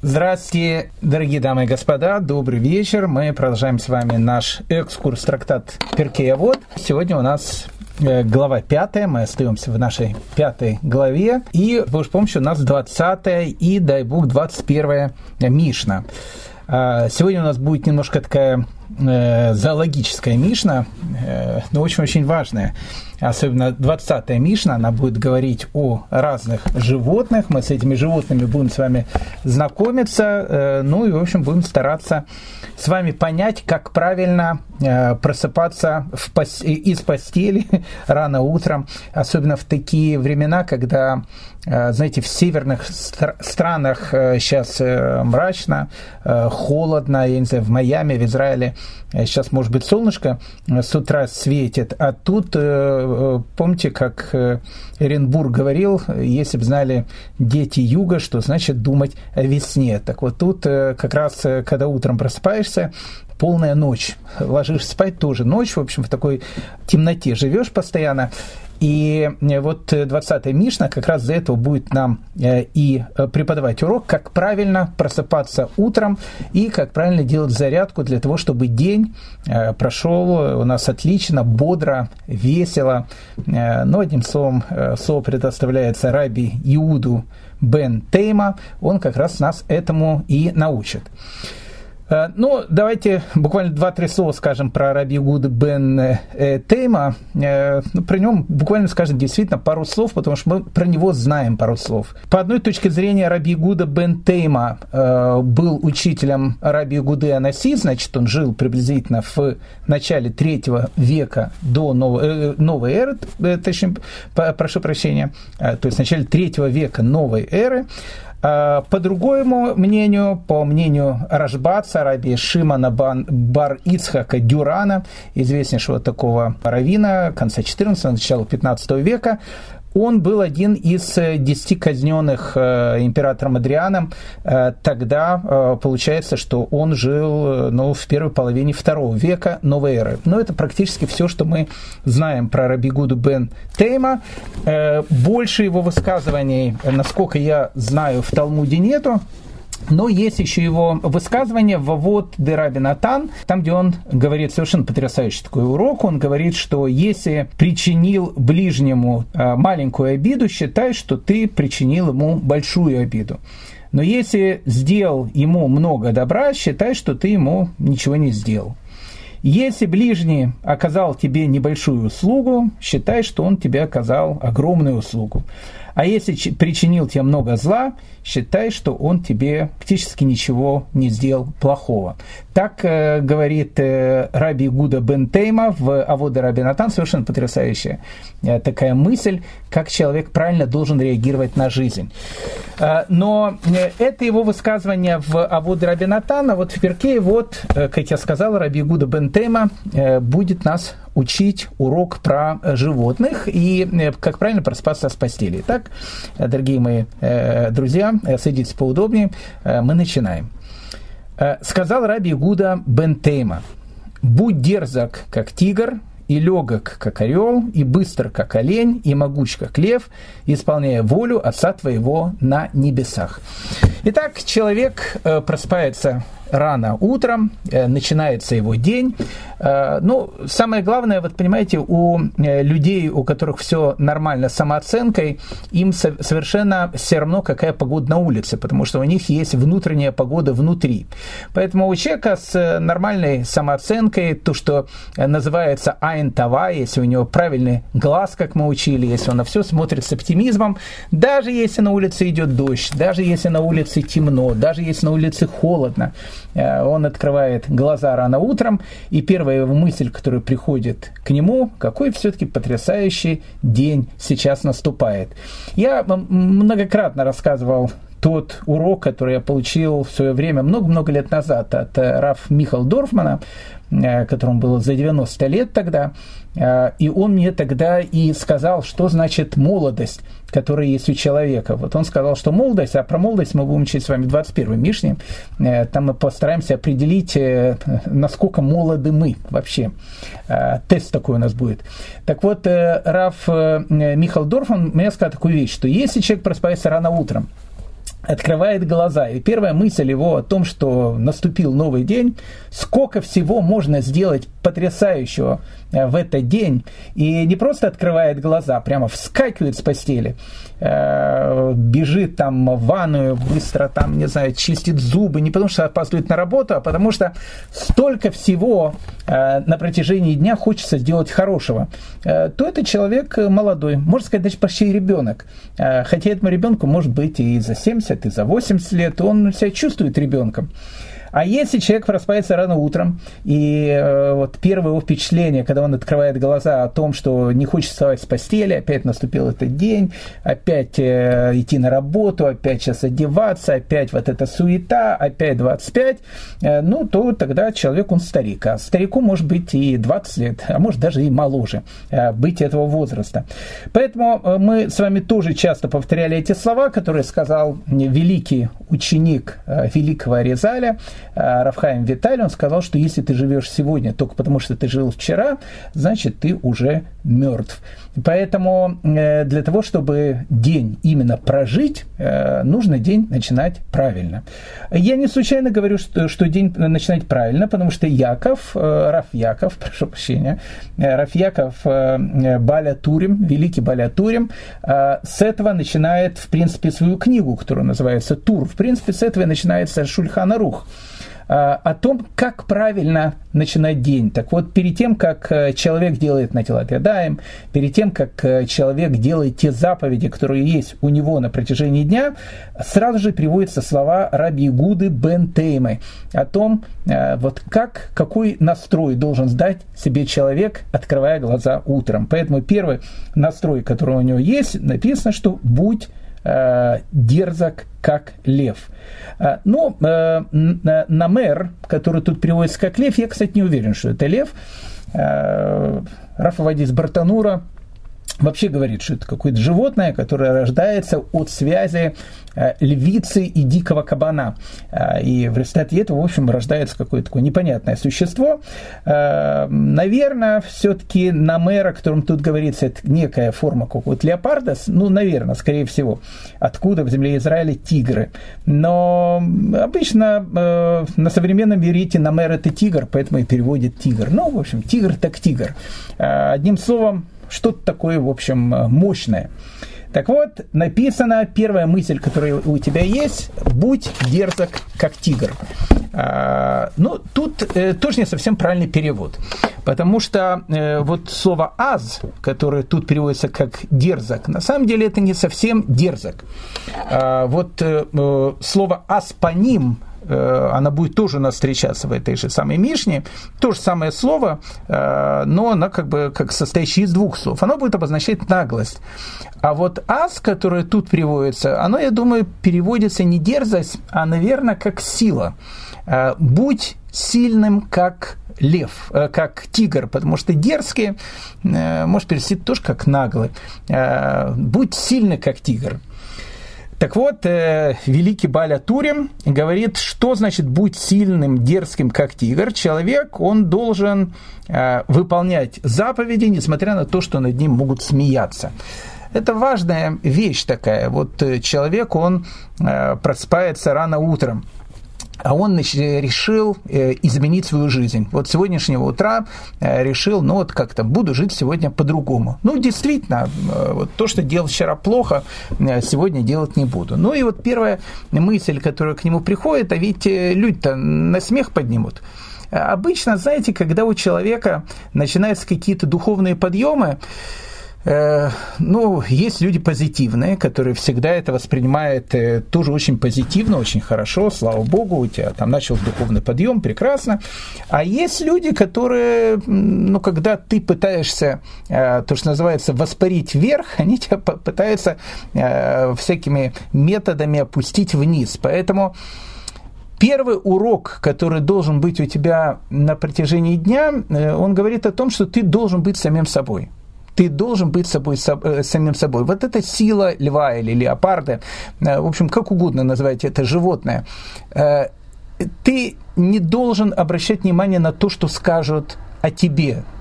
Здравствуйте, дорогие дамы и господа, добрый вечер. Мы продолжаем с вами наш экскурс трактат Перкей Авот. Сегодня у нас глава 5, мы остаемся в нашей 5 главе. И, с Божьей помощью, у нас 20 и, дай Бог, 21 Мишна. Сегодня у нас будет немножко такая зоологическая Мишна, но очень-очень важная. Особенно 20-я Мишна, она будет говорить о разных животных. Мы с этими животными будем с вами знакомиться. Ну и, в общем, будем стараться с вами понять, как правильно просыпаться из постели рано утром. Особенно в такие времена, когда, знаете, в северных странах сейчас мрачно, холодно. Я не знаю, в Майами, в Израиле сейчас, может быть, солнышко с утра светит. А тут, помните, как Эренбург говорил, если бы знали дети юга, что значит думать о весне. Так вот тут как раз, когда утром просыпаешься, полная ночь. Ложишься спать тоже ночь, в общем, в такой темноте живешь постоянно. И вот 20-я Мишна как раз за этого будет нам и преподавать урок, как правильно просыпаться утром и как правильно делать зарядку для того, чтобы день прошел у нас отлично, бодро, весело. Но, одним словом, слово предоставляется Раби Иуду бен Тейма, он как раз нас этому и научит. Ну, давайте буквально 2-3 слова скажем про Раби Иуду бен Тейма. Про него буквально скажем действительно пару слов, потому что мы про него знаем пару слов. По одной точке зрения, Раби Иуда бен Тейма был учителем Раби Иуды Анаси, значит, он жил приблизительно в начале 3 века до новой эры, точнее, прошу прощения, то есть в начале 3 века новой эры. По другому мнению, по мнению Рашбаца, Раби Шимона бар Ицхака Дюрана, известнейшего такого раввина конца 14-го, начала 15 века, он был один из 10 казненных императором Адрианом. Тогда получается, что он жил в первой половине 2 века новой эры. Но это практически все, что мы знаем про Раби Иуду бен Тейма. Больше его высказываний, насколько я знаю, в Талмуде нету. Но есть еще его высказывание в Авот де Раби Натан, там, где он говорит совершенно потрясающий такой урок. Он говорит, что если причинил ближнему маленькую обиду, считай, что ты причинил ему большую обиду. Но если сделал ему много добра, считай, что ты ему ничего не сделал. Если ближний оказал тебе небольшую услугу, считай, что он тебе оказал огромную услугу. А если причинил тебе много зла, считай, что он тебе практически ничего не сделал плохого. Так говорит Раби Иуда бен Тейма в Авот де Раби Натан. Совершенно потрясающая такая мысль, как человек правильно должен реагировать на жизнь. Но это его высказывание в Авот де Раби Натан, а вот в Перкей, вот, как я сказал, Раби Иуда бен Тейма будет нас учить урок про животных и как правильно просыпаться с постели. Итак, дорогие мои друзья, садитесь поудобнее, мы начинаем. Сказал Раби Иуда бен Тейма: «Будь дерзок, как тигр, и легок, как орел, и быстр, как олень, и могуч, как лев, исполняя волю Отца твоего на небесах». Итак, человек просыпается рано утром, начинается его день. Ну, самое главное, вот понимаете, у людей, у которых все нормально с самооценкой, им совершенно все равно, какая погода на улице, потому что у них есть внутренняя погода внутри. Поэтому у человека с нормальной самооценкой, то, что называется айн тава, если у него правильный глаз, как мы учили, если он на все смотрит с оптимизмом, даже если на улице идет дождь, даже если на улице темно, даже если на улице холодно, он открывает глаза рано утром, и первая его мысль, которая приходит к нему: какой все-таки потрясающий день сейчас наступает. Я многократно рассказывал тот урок, который я получил в свое время, много-много лет назад, от Рав Михаила Дорфмана, которому было за 90 лет тогда, и он мне тогда и сказал, что значит молодость, которая есть у человека. Вот он сказал, что молодость, а про молодость мы будем учить с вами в 21-й Мишне, там мы постараемся определить, насколько молоды мы вообще. Тест такой у нас будет. Так вот, Рав Михаил Дорфман мне сказал такую вещь, что если человек просыпается рано утром, открывает глаза, и первая мысль его о том, что наступил новый день, сколько всего можно сделать потрясающего в этот день, и не просто открывает глаза, прямо вскакивает с постели, бежит там в ванную, быстро там, не знаю, чистит зубы, не потому что опаздывает на работу, а потому что столько всего на протяжении дня хочется сделать хорошего, то это человек молодой, можно сказать, даже почти ребенок, хотя этому ребенку может быть и за 70, и за 80 лет, он себя чувствует ребенком. А если человек просыпается рано утром, и вот первое его впечатление, когда он открывает глаза о том, что не хочет вставать с постели, опять наступил этот день, опять идти на работу, опять сейчас одеваться, опять вот эта суета, опять 25, ну, то тогда человек, он старик. А старику может быть и 20 лет, а может даже и моложе быть этого возраста. Поэтому мы с вами тоже часто повторяли эти слова, которые сказал великий ученик великого Аризаля, Рав Хаим Виталь. Он сказал, что если ты живешь сегодня только потому, что ты жил вчера, значит, ты уже мертв. Поэтому для того, чтобы день именно прожить, нужно день начинать правильно. Я не случайно говорю, что день начинать правильно, потому что Рав Яков, прошу прощения, Рав Яков Бааля Турим, великий Бааля Турим, с этого начинает, в принципе, свою книгу, которая называется «Тур». В принципе, с этого начинается Шульхан Арух. О том, как правильно начинать день. Так вот, перед тем, как человек делает Натилат Ядаим, перед тем, как человек делает те заповеди, которые есть у него на протяжении дня, сразу же приводятся слова Раби Игуды бен Теймы о том, вот какой настрой должен сдать себе человек, открывая глаза утром. Поэтому первый настрой, который у него есть, написано, что «будь дерзок, как лев». Но намер, который тут переводится как лев, я, кстати, не уверен, что это лев. Рав Авадис Бартанура вообще говорит, что это какое-то животное, которое рождается от связи львицы и дикого кабана. И в результате этого, в общем, рождается какое-то такое непонятное существо. Наверное, все-таки намер, о котором тут говорится, это некая форма какого-то леопарда. Ну, наверное, скорее всего. Откуда в земле Израиля тигры. Но обычно на современном иврите намер – это тигр, поэтому и переводит тигр. Ну, в общем, тигр так тигр. Одним словом, что-то такое, в общем, мощное. Так вот, написано, первая мысль, которая у тебя есть, будь дерзок, как тигр. Ну, тут тоже не совсем правильный перевод, потому что вот слово «аз», которое тут переводится как «дерзок», на самом деле это не совсем дерзок. Вот слово «аспаним», она будет тоже у нас встречаться в этой же самой Мишне, то же самое слово, но она как состоящее из двух слов. Оно будет обозначать наглость. А вот «аз», которое тут переводится, оно, я думаю, переводится не дерзость, а, наверное, как сила. Будь сильным, как лев, как тигр, потому что дерзкий может перевести тоже как наглый. Будь сильный, как тигр. Так вот, великий Бааля Турим говорит, что значит «будь сильным, дерзким, как тигр». Человек, он должен выполнять заповеди, несмотря на то, что над ним могут смеяться. Это важная вещь такая. Вот человек, он просыпается рано утром, а он решил изменить свою жизнь. Вот с сегодняшнего утра решил, ну вот как-то буду жить сегодня по-другому. Ну, действительно, вот то, что делал вчера плохо, сегодня делать не буду. Ну и вот первая мысль, которая к нему приходит, а ведь люди-то на смех поднимут. Обычно, знаете, когда у человека начинаются какие-то духовные подъемы, ну, есть люди позитивные, которые всегда это воспринимают тоже очень позитивно, очень хорошо, слава Богу, у тебя там начался духовный подъем, прекрасно. А есть люди, которые, ну, когда ты пытаешься, то, что называется, воспарить вверх, они тебя пытаются всякими методами опустить вниз. Поэтому первый урок, который должен быть у тебя на протяжении дня, он говорит о том, что ты должен быть самим собой. Ты должен быть самим собой. Вот эта сила льва или леопарда, в общем, как угодно называйте это животное, ты не должен обращать внимание на то, что скажут о тебе.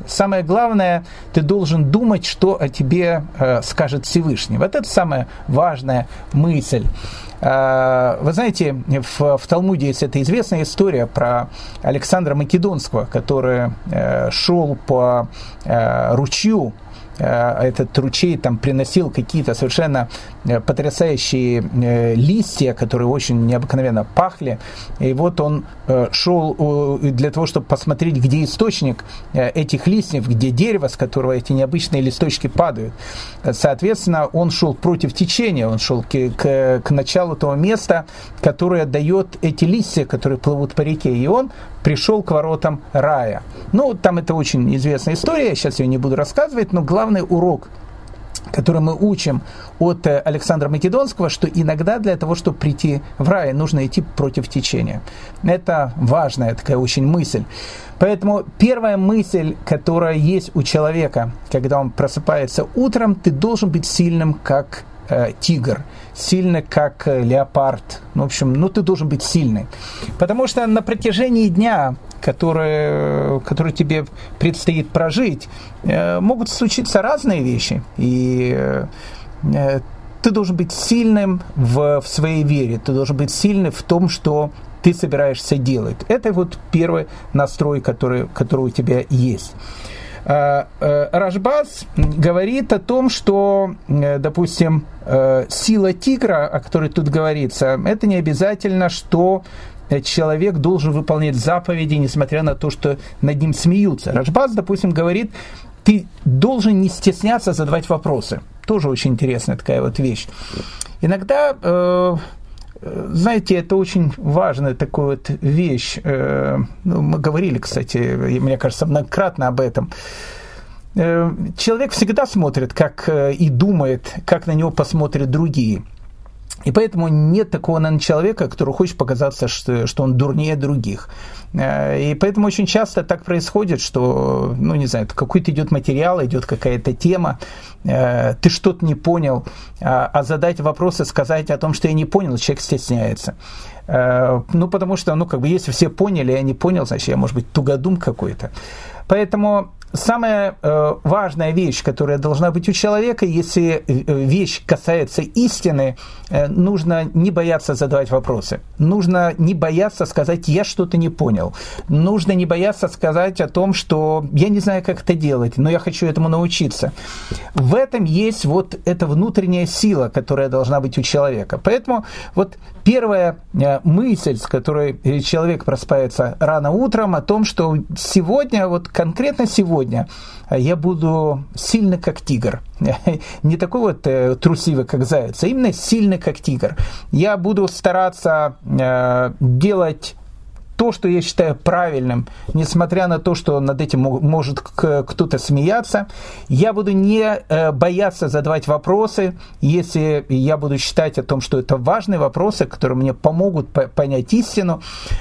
Самое главное, ты должен думать, что о тебе скажет Всевышний. Вот это самая важная мысль. Вы знаете, в Талмуде есть эта известная история про Александра Македонского, который шел по ручью. Этот ручей там приносил какие-то совершенно потрясающие листья, которые очень необыкновенно пахли. И вот он шел для того, чтобы посмотреть, где источник этих листьев, где дерево, с которого эти необычные листочки падают. Соответственно, он шел против течения, он шел к началу того места, которое дает эти листья, которые плывут по реке. И он пришел к воротам рая. Ну, там это очень известная история, я сейчас ее не буду рассказывать, но главный урок, который мы учим от Александра Македонского, что иногда для того, чтобы прийти в рай, нужно идти против течения. Это важная такая очень мысль. Поэтому первая мысль, которая есть у человека, когда он просыпается утром, ты должен быть сильным, как тигр, сильный, как леопард. В общем, ты должен быть сильный. Потому что на протяжении дня, который тебе предстоит прожить, могут случиться разные вещи. И ты должен быть сильным в своей вере, ты должен быть сильным в том, что ты собираешься делать. Это вот первый настрой, который у тебя есть. Рашбас говорит о том, что, допустим, сила тигра, о которой тут говорится, это не обязательно, что человек должен выполнять заповеди, несмотря на то, что над ним смеются. Рашбас, допустим, говорит, ты должен не стесняться задавать вопросы. Тоже очень интересная такая вот вещь. Иногда... Знаете, это очень важная такая вот вещь. Мы говорили, кстати, мне кажется, многократно об этом. Человек всегда смотрит, как и думает, как на него посмотрят другие. И поэтому нет такого, наверное, человека, который хочет показаться, что он дурнее других. И поэтому очень часто так происходит, что, не знаю, какой-то идет материал, идет какая-то тема, ты что-то не понял, а задать вопрос и сказать о том, что я не понял, человек стесняется. Потому что, если все поняли, я не понял, значит, я, может быть, тугодум какой-то. Поэтому самая важная вещь, которая должна быть у человека, если вещь касается истины, нужно не бояться задавать вопросы. Нужно не бояться сказать, я что-то не понял. Нужно не бояться сказать о том, что я не знаю, как это делать, но я хочу этому научиться. В этом есть вот эта внутренняя сила, которая должна быть у человека. Поэтому вот первая мысль, с которой человек просыпается рано утром, о том, что сегодня, вот конкретно сегодня, я буду сильный, как тигр. Не такой вот трусливый, как заяц, а именно сильный, как тигр. Я буду стараться делать то, что я считаю правильным, несмотря на то, что над этим может кто-то смеяться. Я буду не бояться задавать вопросы, если я буду считать о том, что это важные вопросы, которые мне помогут понять истину.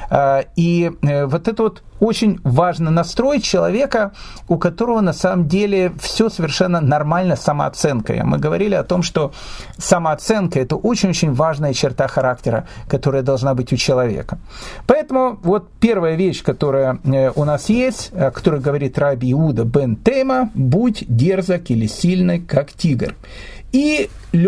И вот это вот очень важно настроить человека, у которого на самом деле все совершенно нормально с самооценкой. Мы говорили о том, что самооценка – это очень-очень важная черта характера, которая должна быть у человека. Поэтому вот первая вещь, которая у нас есть, о которой говорит Раби Иуда бен Тейма: будь дерзок или сильный, как тигр, и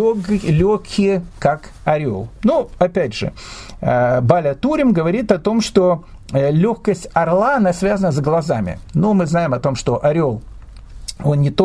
легкий, как орел. Опять же, Баля Турим говорит о том, что легкость орла, она связана с глазами. Мы знаем о том, что орел, он не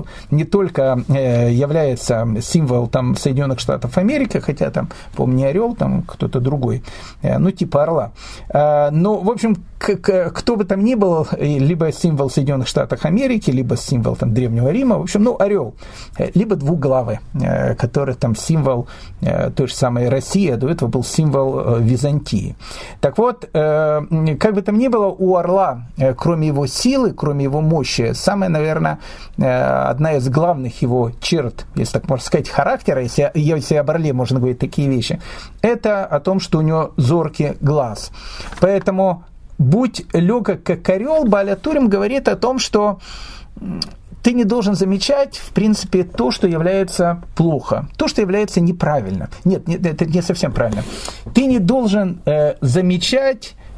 только является символом Соединенных Штатов Америки, хотя там, по-моему, не орел, там кто-то другой, типа орла. Но, в общем, кто бы там ни был, либо символ Соединенных Штатов Америки, либо символ Древнего Рима, в общем, орел, либо двуглавый, который там символ той же самой России, а до этого был символ Византии. Так вот, как бы там ни было, у орла, кроме его силы, кроме его мощи, самое, наверное, одна из главных его черт, если так можно сказать, характера, если об орле можно говорить такие вещи, это о том, что у него зоркий глаз. Поэтому будь легок, как орел, Баля Турим говорит о том, что ты не должен замечать, в принципе, то, что является плохо, то, что является неправильно. Нет, это не совсем правильно. Ты не должен замечать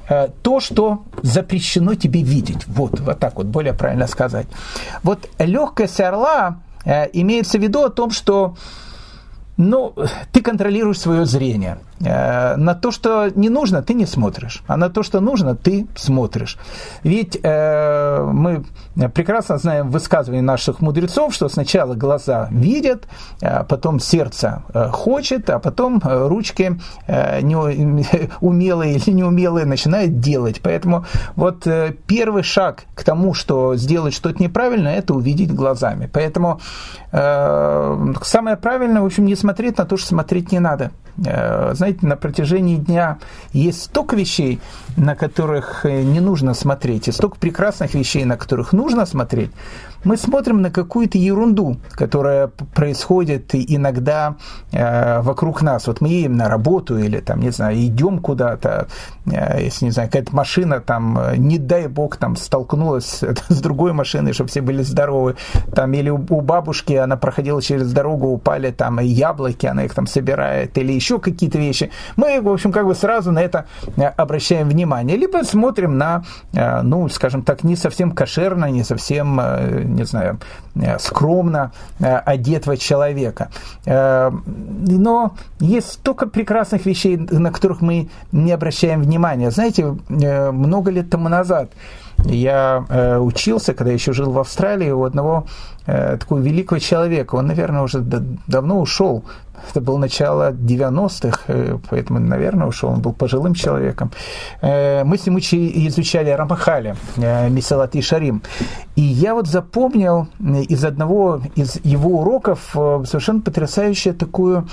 то, что запрещено тебе видеть. Вот так вот, более правильно сказать. Вот легкость орла имеется в виду о том, что ты контролируешь свое зрение. На то, что не нужно, ты не смотришь, а на то, что нужно, ты смотришь. Ведь мы прекрасно знаем высказывание наших мудрецов, что сначала глаза видят, потом сердце хочет, а потом ручки умелые или неумелые начинают делать. Поэтому вот первый шаг к тому, что сделать что-то неправильно, это увидеть глазами. Поэтому самое правильное, в общем, не смотреть на то, что смотреть не надо. Знаете, на протяжении дня есть столько вещей, на которых не нужно смотреть, и столько прекрасных вещей, на которых нужно смотреть. Мы смотрим на какую-то ерунду, которая происходит иногда вокруг нас. Вот мы едем на работу или, там, не знаю, идем куда-то, если, не знаю, какая-то машина, там, не дай бог, там, столкнулась с другой машиной, чтобы все были здоровы, там, или у бабушки, она проходила через дорогу, упали там яблоки, она их там собирает, или еще какие-то вещи. Мы, в общем, как бы сразу на это обращаем внимание. Либо смотрим на, скажем так, не совсем кошерно, не совсем, не знаю, скромно одетого человека. Но есть столько прекрасных вещей, на которых мы не обращаем внимания. Знаете, много лет тому назад я учился, когда еще жил в Австралии, у одного такого великого человека. Он, наверное, уже давно ушел. Это было начало 90-х, поэтому, наверное, ушел. Он был пожилым человеком. Мы с ним изучали Рамахаля, Месилат Йешарим. И я вот запомнил из одного из его уроков совершенно потрясающий такую,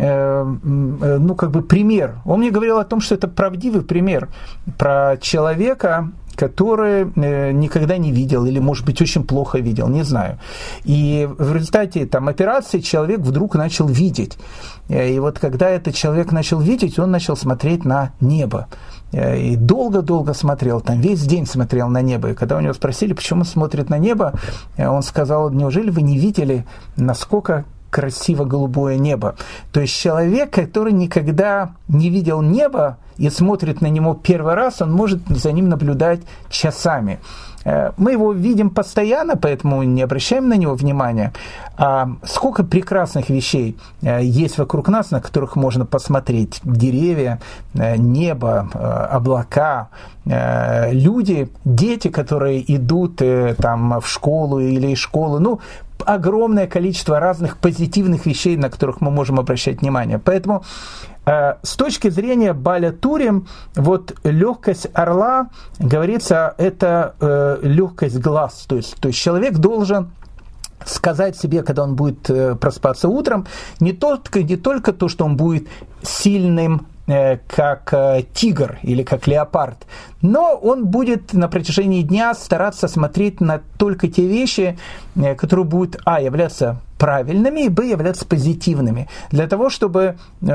пример. Он мне говорил о том, что это правдивый пример про человека, который никогда не видел или, может быть, очень плохо видел, не знаю. И в результате операции человек вдруг начал видеть. И вот когда этот человек начал видеть, он начал смотреть на небо. И долго-долго смотрел, весь день смотрел на небо. И когда у него спросили, почему он смотрит на небо, он сказал: неужели вы не видели, насколько красиво голубое небо? То есть человек, который никогда не видел небо и смотрит на него первый раз, он может за ним наблюдать часами. Мы его видим постоянно, поэтому не обращаем на него внимания. А сколько прекрасных вещей есть вокруг нас, на которых можно посмотреть. Деревья, небо, облака, люди, дети, которые идут в школу или из школы. Огромное количество разных позитивных вещей, на которых мы можем обращать внимание. Поэтому с точки зрения Бааля Турим, вот легкость орла, говорится, это легкость глаз. То есть человек должен сказать себе, когда он будет просыпаться утром, не только то, что он будет сильным, как тигр или как леопард, но он будет на протяжении дня стараться смотреть на только те вещи, которые будут, являться правильными, и, являться позитивными, для того, чтобы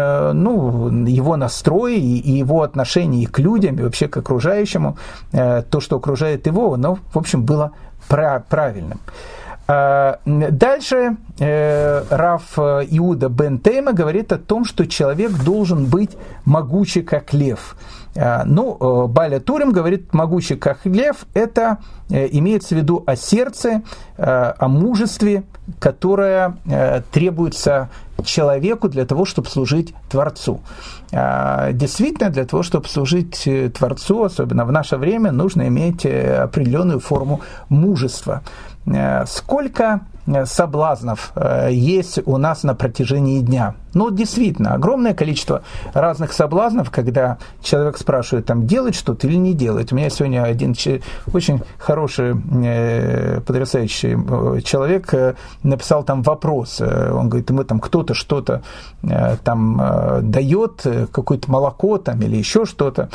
его настрой и его отношение и к людям, и вообще к окружающему, то, что окружает его, в общем, было правильным. Дальше Рав Иуда бен Тейма говорит о том, что человек должен быть могучий, как лев. Бааля Турим говорит, могучий, как лев, это имеется в виду о сердце, о мужестве, которое требуется человеку для того, чтобы служить Творцу. Действительно, для того, чтобы служить Творцу, особенно в наше время, нужно иметь определенную форму мужества. Сколько соблазнов есть у нас на протяжении дня? Действительно, огромное количество разных соблазнов, когда человек спрашивает, делать что-то или не делать. У меня сегодня один очень хороший, потрясающий человек написал вопрос. Он говорит, кто-то что-то дает, какое-то молоко или еще что-то,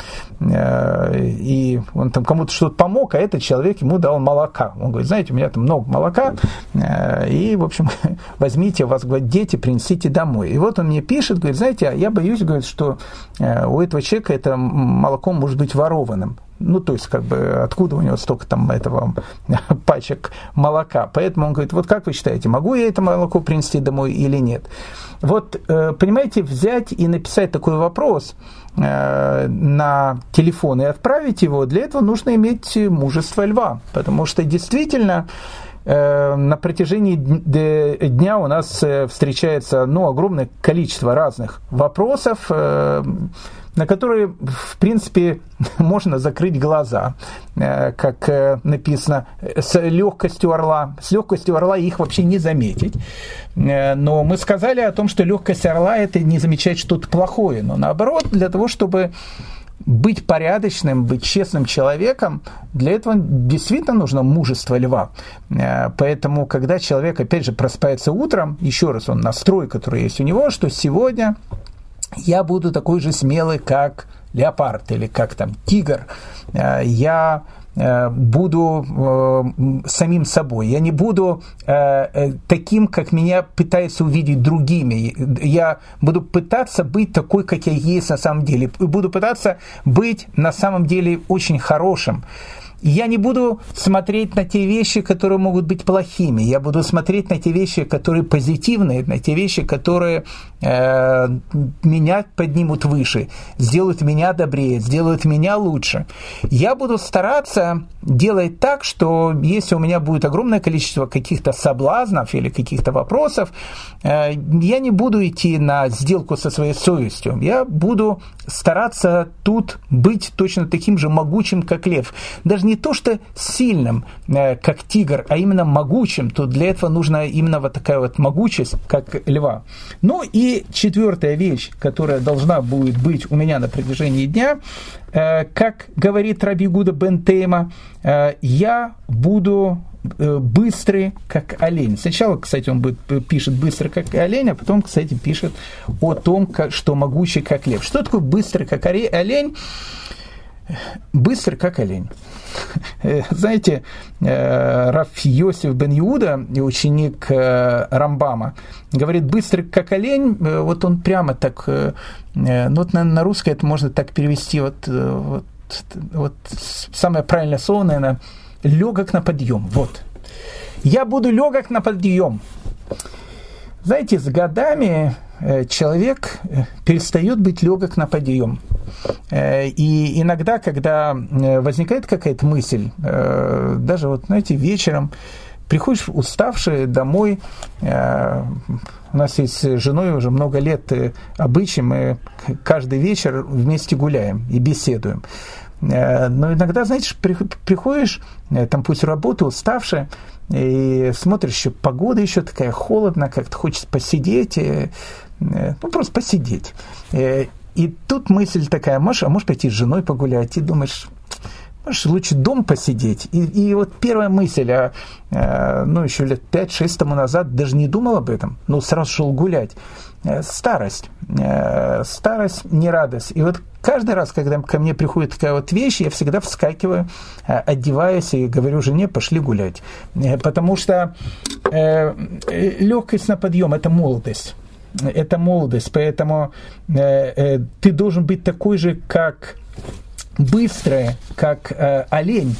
и он кому-то что-то помог, а этот человек ему дал молока. Он говорит, знаете, у меня много молока, и, в общем, возьмите, у вас, говорит, дети, принесите домой. И вот он мне пишет, говорит, знаете, я боюсь, говорит, что у этого человека это молоко может быть ворованным. Ну, то есть, как бы, откуда у него столько там этого пачек молока. Поэтому он говорит, вот как вы считаете, могу я это молоко принести домой или нет? Вот, понимаете, взять и написать такой вопрос на телефон и отправить его, для этого нужно иметь мужество льва, потому что действительно на протяжении дня у нас встречается огромное количество разных вопросов, на которые, в принципе, можно закрыть глаза, как написано, с легкостью орла. С легкостью орла их вообще не заметить. Но мы сказали о том, что легкость орла – это не замечать что-то плохое, но наоборот, для того, чтобы быть порядочным, быть честным человеком, для этого действительно нужно мужество льва. Поэтому, когда человек, опять же, просыпается утром, еще раз, он настрой, который есть у него, что сегодня я буду такой же смелый, как леопард или как там тигр. Я буду самим собой. Я не буду таким, как меня пытаются увидеть другими. Я буду пытаться быть такой, как я есть на самом деле. И буду пытаться быть на самом деле очень хорошим. Я не буду смотреть на те вещи, которые могут быть плохими. Я буду смотреть на те вещи, которые позитивные, на те вещи, которые меня поднимут выше, сделают меня добрее, сделают меня лучше. Я буду стараться делать так, что если у меня будет огромное количество каких-то соблазнов или каких-то вопросов, я не буду идти на сделку со своей совестью. Я буду стараться тут быть точно таким же могучим, как лев. Даже не то, что сильным, как тигр, а именно могучим, то для этого нужна именно вот такая вот могучесть, как льва. Ну и четвертая вещь, которая должна будет быть у меня на протяжении дня, как говорит Раби Иуда бен Тейма, я буду быстрый, как олень. Сначала, кстати, он пишет быстрый, как олень, а потом, кстати, пишет о том, что могучий, как лев. Что такое быстрый, как олень? Быстрый, как олень. Знаете, Рав Йосеф бен Иуда, ученик Рамбама, говорит, быстрый, как олень, вот он прямо так, ну вот на русское это можно так перевести, вот самое правильное слово, наверное, легок на подъем. Вот. Я буду легок на подъем. Знаете, с годами человек перестает быть легок на подъем. И иногда, когда возникает какая-то мысль, даже вот, знаете, вечером приходишь уставший домой, у нас есть с женой уже много лет обычай, мы каждый вечер вместе гуляем и беседуем. Но иногда, знаете, приходишь, там пусть работа, уставший, и смотришь, еще погода еще такая холодная, как-то хочется посидеть, ну просто посидеть. И тут мысль такая, может пойти с женой погулять, и думаешь, может лучше дома посидеть. И вот первая мысль, еще лет 5-6 тому назад даже не думал об этом, но сразу шел гулять. Старость не радость. И вот каждый раз, когда ко мне приходит такая вот вещь, я всегда вскакиваю, одеваюсь и говорю жене, пошли гулять. Потому что легкость на подъем – это молодость. Это молодость, поэтому ты должен быть такой же, как быстрый, как олень.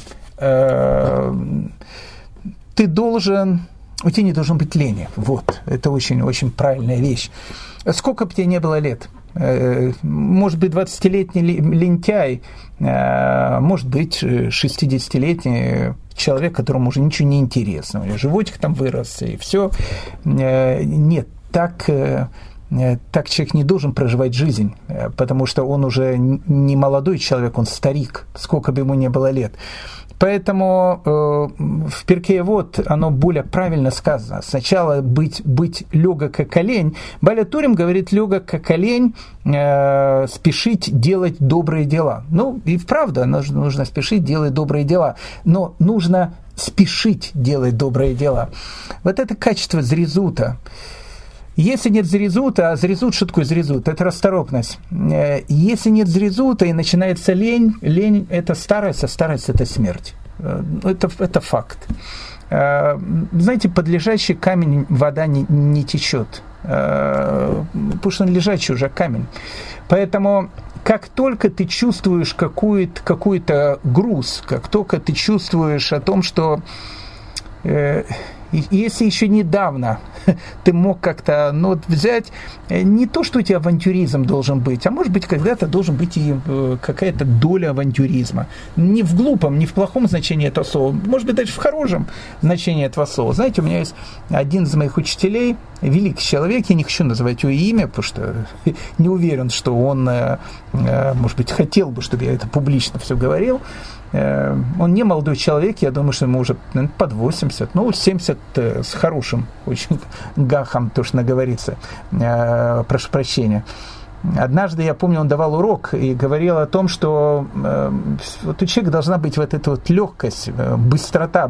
У тебя не должен быть лени. Вот, это очень-очень правильная вещь. Сколько бы тебе не было лет, может быть, 20-летний лентяй, может быть, 60-летний человек, которому уже ничего не интересно, у него животик там вырос, и все. Нет, так человек не должен проживать жизнь, потому что он уже не молодой человек, он старик, сколько бы ему ни было лет. Поэтому в Перкей Авот оно более правильно сказано. Сначала быть легок, как олень. Бааля Турим говорит, легок, как олень, спешить делать добрые дела. Ну, и вправду, нужно спешить делать добрые дела. Но нужно спешить делать добрые дела. Вот это качество зризута. Если нет зризута, а зризут, что такое зризут? Это расторопность. Если нет зризута и начинается лень это старость, а старость это смерть. Это факт. Знаете, под лежачий камень вода не течет, потому что он лежачий уже камень. Поэтому, как только ты чувствуешь какой-то груз, как только ты чувствуешь о том, что если еще недавно ты мог как-то взять, не то, что у тебя авантюризм должен быть, а может быть, когда-то должен быть и какая-то доля авантюризма. Не в глупом, не в плохом значении этого слова, может быть, даже в хорошем значении этого слова. Знаете, у меня есть один из моих учителей, великий человек, я не хочу называть его имя, потому что не уверен, что он, может быть, хотел бы, чтобы я это публично все говорил. Он не молодой человек, я думаю, что ему уже под 80, 70 с хорошим очень гахом, то, что наговорится, прошу прощения. Однажды, я помню, он давал урок и говорил о том, что вот у человека должна быть вот эта вот легкость, быстрота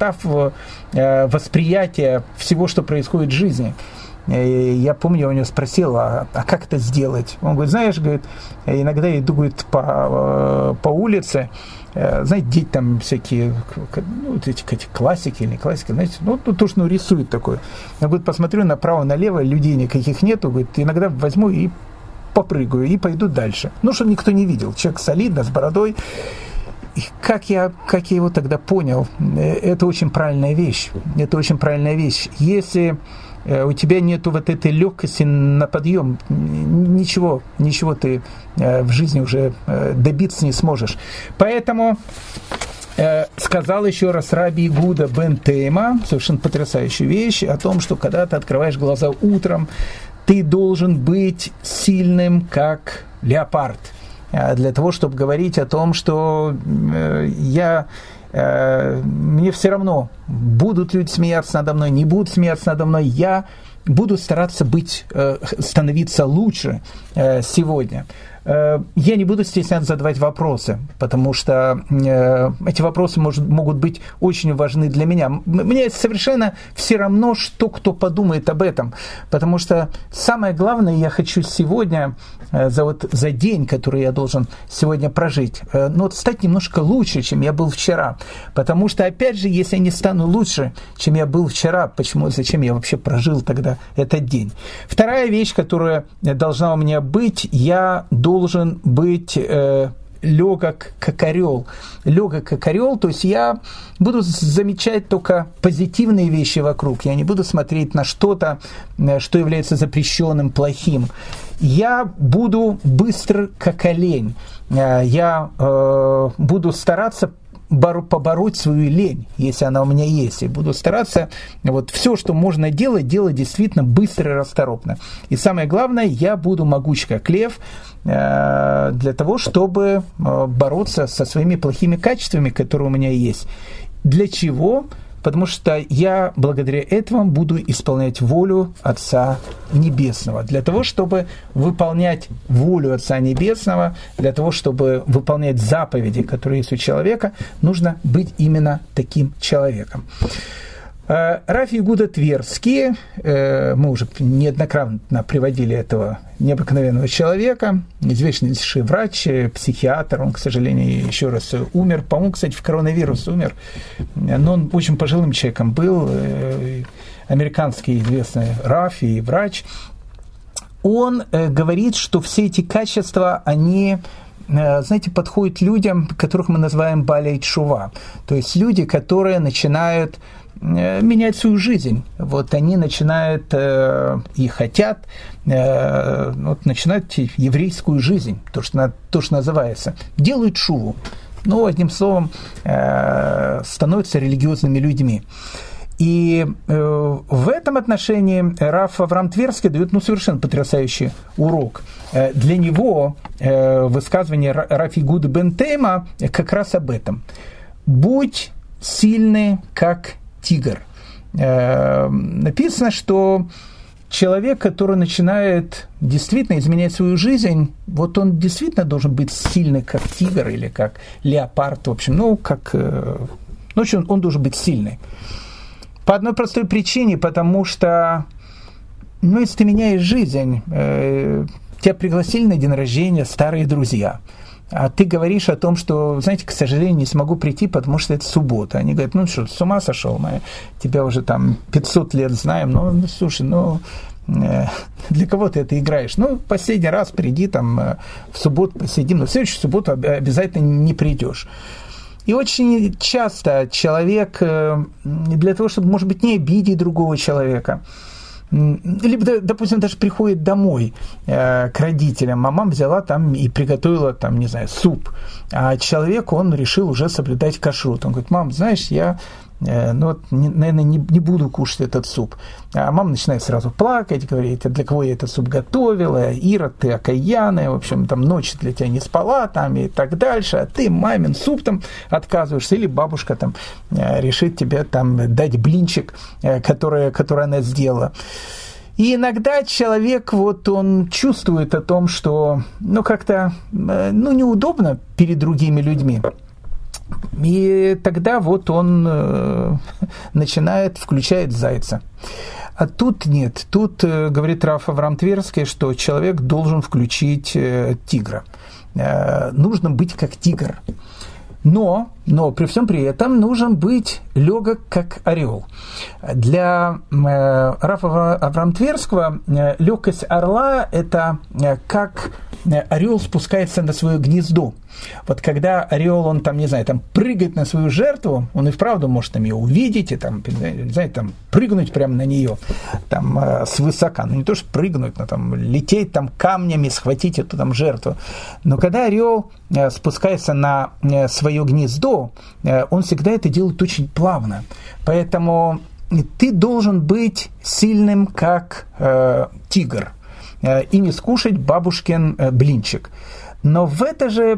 восприятия всего, что происходит в жизни. И я помню, я у него спросил, а как это сделать? Он говорит, знаешь, говорит, иногда я иду, говорит, по улице, знаете, дети там всякие, эти классики или не классики, знаете, то, что рисует такое. Я, говорит, посмотрю направо-налево, людей никаких нету, говорит, иногда возьму и попрыгаю, и пойду дальше. Чтобы никто не видел. Человек солидно, с бородой. И как я его тогда понял, это очень правильная вещь. Это очень правильная вещь. Если у тебя нету вот этой легкости на подъем, ничего ты в жизни уже добиться не сможешь. Поэтому сказал еще раз Раби Игуда бен Тейма, совершенно потрясающую вещь, о том, что когда ты открываешь глаза утром, ты должен быть сильным, как леопард, для того, чтобы говорить о том, что мне все равно, будут люди смеяться надо мной, не будут смеяться надо мной, я буду стараться становиться лучше сегодня. Я не буду стесняться задавать вопросы, потому что эти вопросы могут быть очень важны для меня. Мне совершенно все равно, что кто подумает об этом, потому что самое главное, я хочу сегодня, за день, который я должен сегодня прожить, стать немножко лучше, чем я был вчера. Потому что, опять же, если я не стану лучше, чем я был вчера, зачем я вообще прожил тогда этот день? Вторая вещь, которая должна у меня быть, я должен быть легок как орел. Легок как орел, то есть я буду замечать только позитивные вещи вокруг. Я не буду смотреть на что-то, что является запрещенным, плохим. Я буду быстр как олень. Я буду стараться побороть свою лень, если она у меня есть, и буду стараться все, что можно делать действительно быстро и расторопно. И самое главное, я буду могуч как лев для того, чтобы бороться со своими плохими качествами, которые у меня есть. Для чего? Потому что я благодаря этому буду исполнять волю Отца Небесного. Для того, чтобы выполнять волю Отца Небесного, для того, чтобы выполнять заповеди, которые есть у человека, нужно быть именно таким человеком. Раф Игуда Тверский, мы уже неоднократно приводили этого необыкновенного человека, известнейший врач, психиатр, он, к сожалению, еще раз умер, по-моему, кстати, в коронавирус умер, но он очень пожилым человеком был, американский известный Раф и врач. Он говорит, что все эти качества, они, знаете, подходят людям, которых мы называем балей тшува, то есть люди, которые начинают менять свою жизнь. Они начинают и хотят, начинают еврейскую жизнь, то, что называется, делают шуву. Одним словом, становятся религиозными людьми. И в этом отношении Раф Авраам Тверский дает совершенно потрясающий урок. Для него высказывание Рафи Игуда бен Тейма как раз об этом. «Будь сильный, как тигр». Написано, что человек, который начинает действительно изменять свою жизнь, он действительно должен быть сильный, как тигр или как леопард, в общем, он должен быть сильный. По одной простой причине, потому что, если ты меняешь жизнь, тебя пригласили на день рождения старые друзья, а ты говоришь о том, что, знаете, к сожалению, не смогу прийти, потому что это суббота. Они говорят, что, с ума сошел, мы тебя уже 500 лет знаем, слушай, Для кого ты это играешь? Последний раз приди там в субботу посидим, но в следующую субботу обязательно не придешь. И очень часто человек для того, чтобы, может быть, не обидеть другого человека, либо, допустим, даже приходит домой к родителям, а мама взяла там и приготовила, там, не знаю, суп, а человек, он решил уже соблюдать кашрут. Он говорит: мам, знаешь, я, наверное, не буду кушать этот суп. А мама начинает сразу плакать, говорит: для кого я этот суп готовила, Ира, ты окаянная, в общем, там ночь для тебя не спала, там и так дальше, а ты мамин суп там отказываешься, или бабушка там решит тебе там дать блинчик, который она сделала. И иногда человек, он чувствует о том, что, как-то, неудобно перед другими людьми. И тогда он включает зайца. А тут нет. Тут говорит Рав Авраам Тверский, что человек должен включить тигра. Нужно быть как тигр. Но при всем при этом нужен быть легок, как орел. Для Рава Авраама Тверского легкость орла – это как орел спускается на свое гнездо. Вот когда орел, он там, не знаю, там прыгает на свою жертву, он и вправду может там ее увидеть и там, не знаю, там прыгнуть прямо на нее там свысока. Не то, что прыгнуть, но там лететь там камнями, схватить эту там жертву. Но когда орел спускается на свое гнездо, он всегда это делает очень плавно. Поэтому ты должен быть сильным, как тигр, и не скушать бабушкин блинчик. Но в это же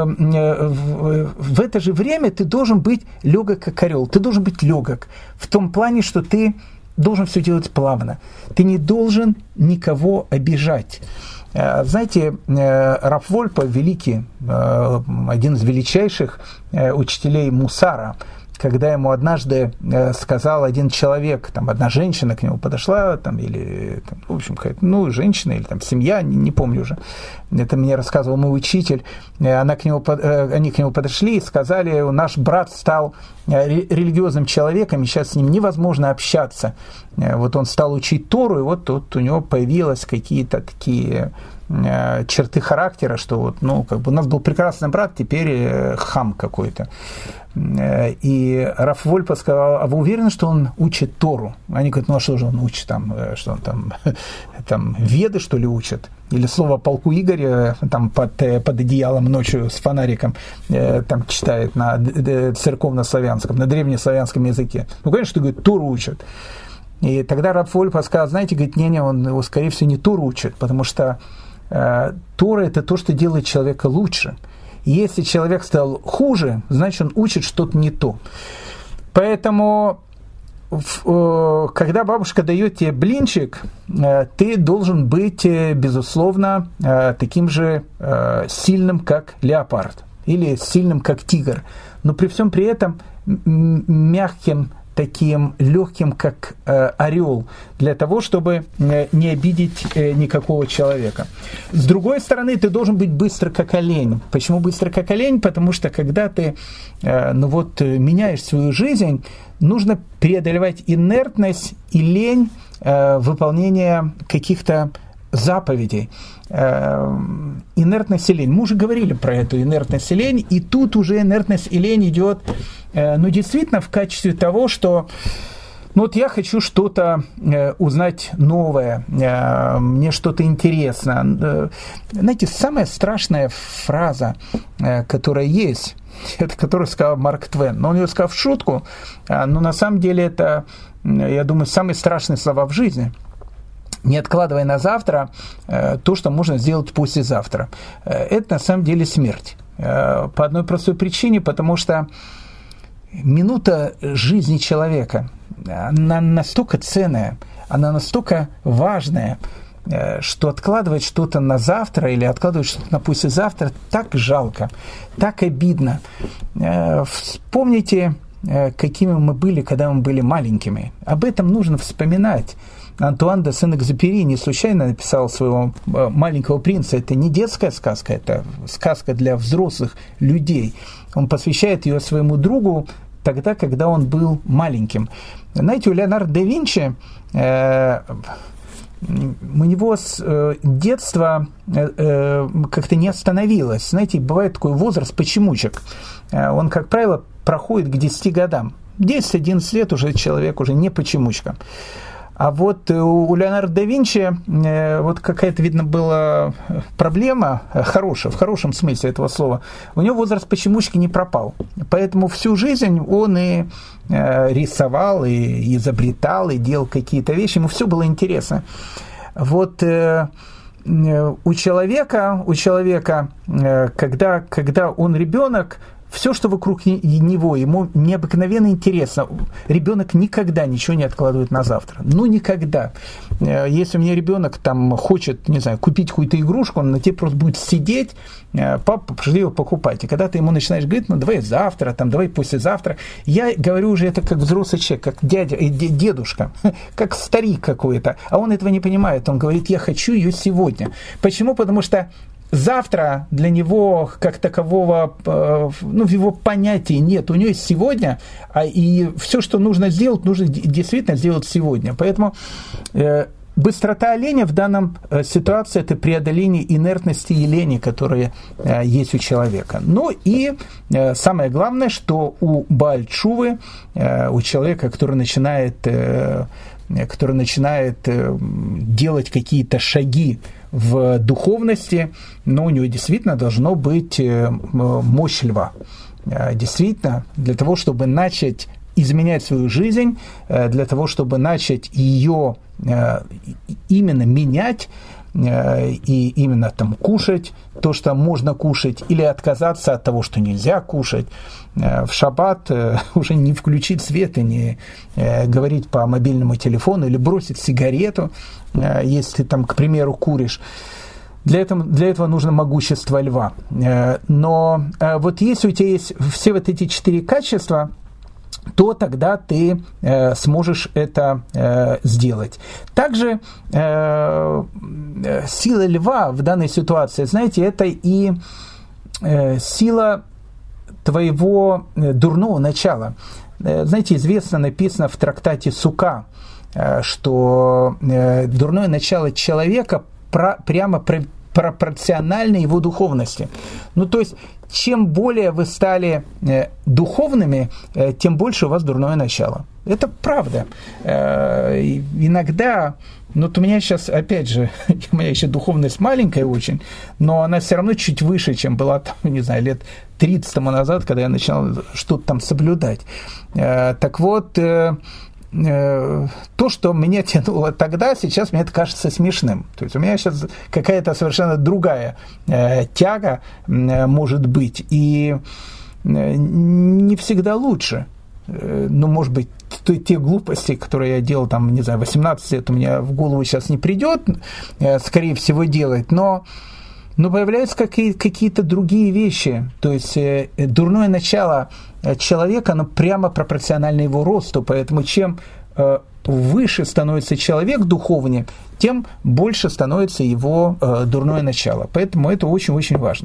время ты должен быть легок, как орел. Ты должен быть легок в том плане, что ты должен все делать плавно. Ты не должен никого обижать. Знаете, Рав Вольпа, великий, один из величайших учителей мусара, когда ему однажды сказал один человек, там, одна женщина к нему подошла, там, или, там, в общем, какая-то, женщина или там, семья, не помню уже, это мне рассказывал мой учитель, они к нему подошли и сказали: наш брат стал религиозным человеком, и сейчас с ним невозможно общаться. Он стал учить Тору, и тут у него появились какие-то такие черты характера, что у нас был прекрасный брат, теперь хам какой-то. И Рав Вольпа сказал: а вы уверены, что он учит Тору? Они говорят: а что же он учит там, что он там Веды, что ли, учит? Или слово полку Игоря там под одеялом ночью с фонариком там читает на церковно-славянском, на древнеславянском языке. Конечно, говорит, Тору учат. И тогда Рав Вольпа сказал: знаете, говорит, он его, скорее всего, не Тору учит, потому что Тора – это то, что делает человека лучше. И если человек стал хуже, значит, он учит что-то не то. Поэтому, когда бабушка дает тебе блинчик, ты должен быть, безусловно, таким же сильным, как леопард, или сильным, как тигр, но при всем при этом мягким, таким легким, как орел, для того, чтобы не обидеть никакого человека. С другой стороны, ты должен быть быстро, как олень. Почему быстро, как олень? Потому что, когда ты меняешь свою жизнь, нужно преодолевать инертность и лень выполнения каких-то заповедей. Инертность и лень. Мы уже говорили про эту инертность и лень, и тут уже инертность и лень идет, действительно в качестве того, что я хочу что-то узнать новое, мне что-то интересно. Знаете, самая страшная фраза, которая есть, это которую сказал Марк Твен. Но он ее сказал в шутку, но на самом деле это, я думаю, самые страшные слова в жизни. Не откладывай на завтра то, что можно сделать послезавтра. Это на самом деле смерть. По одной простой причине, потому что минута жизни человека, она настолько ценная, она настолько важная, что откладывать что-то на завтра или откладывать что-то на послезавтра так жалко, так обидно. Вспомните, какими мы были, когда мы были маленькими. Об этом нужно вспоминать. Антуан де Сен-Экзюпери не случайно написал своего «Маленького принца». Это не детская сказка, это сказка для взрослых людей. Он посвящает ее своему другу тогда, когда он был маленьким. Знаете, у Леонардо да Винчи у него с детства как-то не остановилось. Знаете, бывает такой возраст почемучек. Он, как правило, проходит к 10 годам. 10-11 лет уже человек уже не почемучка. А вот у Леонардо да Винчи вот какая-то, видно, была проблема, хорошая, в хорошем смысле этого слова. У него возраст почемучки не пропал. Поэтому всю жизнь он и рисовал, и изобретал, и делал какие-то вещи. Ему все было интересно. Вот у человека, когда он ребенок, все, что вокруг него, ему необыкновенно интересно. Ребенок никогда ничего не откладывает на завтра. Ну, никогда. Если у меня ребенок там хочет, не знаю, купить какую-то игрушку, он на тебе просто будет сидеть, папа, пошли его покупать. И когда ты ему начинаешь говорить, ну, давай завтра, там, давай послезавтра, я говорю уже это как взрослый человек, как дедушка, как старик какой-то. А он этого не понимает. Он говорит, я хочу ее сегодня. Почему? Потому что завтра для него как такового, в его понятии нет. У него есть сегодня, и все, что нужно сделать, нужно действительно сделать сегодня. Поэтому быстрота оленя в данном ситуации – это преодоление инертности и лени, которые есть у человека. Ну и самое главное, что у Бааль Тшувы, у человека, который начинает делать какие-то шаги в духовности, но у него действительно должно быть мощь льва. Действительно, для того, чтобы начать изменять свою жизнь, для того, чтобы начать ее именно менять, и именно там кушать то, что можно кушать, или отказаться от того, что нельзя кушать. В шаббат уже не включить свет и не говорить по мобильному телефону, или бросить сигарету, если там, к примеру, куришь. Для этого нужно могущество льва. Но вот если у тебя есть все вот эти 4 качества, то тогда ты сможешь это сделать. Также сила льва в данной ситуации, знаете, это и сила твоего дурного начала. Знаете, известно, написано в трактате Сука, что дурное начало человека прямо пропорционально его духовности. Ну, то есть, чем более вы стали духовными, тем больше у вас дурное начало. Это правда. Иногда, вот у меня сейчас, опять же, у меня еще духовность маленькая очень, но она все равно чуть выше, чем была, там, не знаю, лет 30 тому назад, когда я начал что-то там соблюдать. Так вот, то, что меня тянуло тогда, сейчас мне это кажется смешным. То есть у меня сейчас какая-то совершенно другая тяга может быть, и не всегда лучше. Ну, может быть, те глупости, которые я делал, там, не знаю, 18 лет, у меня в голову сейчас не придет, скорее всего, делать, но появляются какие-то другие вещи. То есть дурное начало человека, оно прямо пропорционально его росту. Поэтому чем выше становится человек духовнее, тем больше становится его дурное начало. Поэтому это очень-очень важно.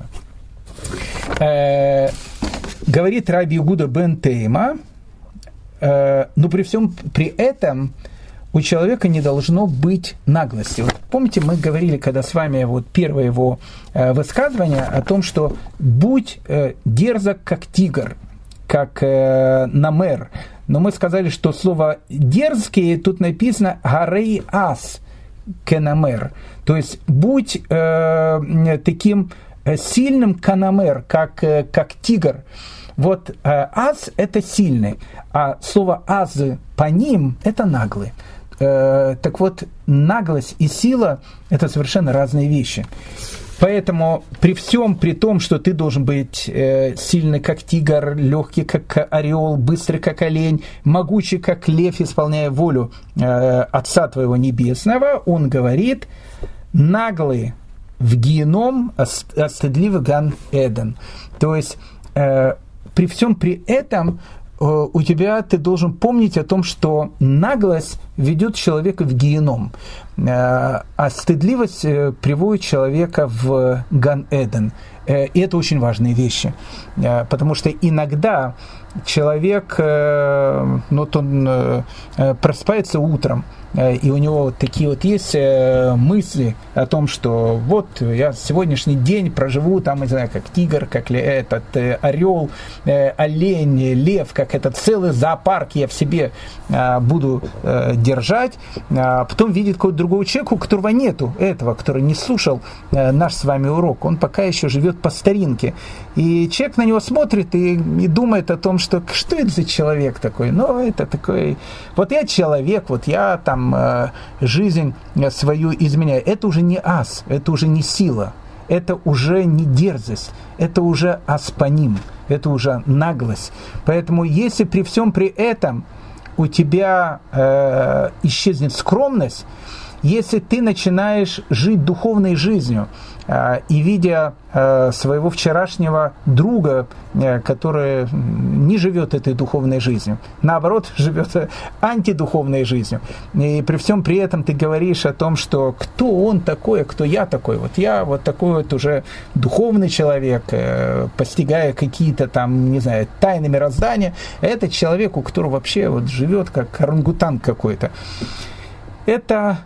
Говорит Раби Ягуда бен Тейма, но при этом у человека не должно быть наглости. Вот помните, мы говорили, когда с вами вот первое его высказывание о том, что будь дерзок, как тигр, как намер. Но мы сказали, что слово дерзкий тут написано гарей ас кенамер. То есть будь таким сильным канамер, как тигр. Вот аз – это сильный, а слово аз по ним – это наглый. Так вот, наглость и сила – это совершенно разные вещи. Поэтому при том, что ты должен быть сильный, как тигр, легкий, как орел, быстрый, как олень, могучий, как лев, исполняя волю Отца твоего Небесного, он говорит, наглый в геном, а стыдливый ган Эден. То есть, при этом ты должен помнить о том, что наглость ведет человека в геном, а стыдливость приводит человека в Ган-Эден. И это очень важные вещи, потому что иногда человек, он просыпается утром, и у него вот такие вот есть мысли о том, что вот я сегодняшний день проживу там, не знаю, как тигр, как этот орел, олень, лев, как этот целый зоопарк я в себе буду держать, потом видит какого-то другого человека, у которого нету этого, который не слушал наш с вами урок, он пока еще живет по старинке, и человек на него смотрит и думает о том, что это за человек такой, ну это такой, вот я человек, вот я там жизнь свою изменяю, это уже не ас, это уже не сила, это уже не дерзость, это уже аспаним, это уже наглость. Поэтому если при всем при этом у тебя исчезнет скромность, если ты начинаешь жить духовной жизнью, и видя своего вчерашнего друга, который не живет этой духовной жизнью, наоборот, живет антидуховной жизнью, и при всем при этом ты говоришь о том, что кто он такой, а кто я такой, вот я вот такой вот уже духовный человек, постигая какие-то там, не знаю, тайны мироздания, это человек, у которого вообще вот живет как орангутанг какой-то. Это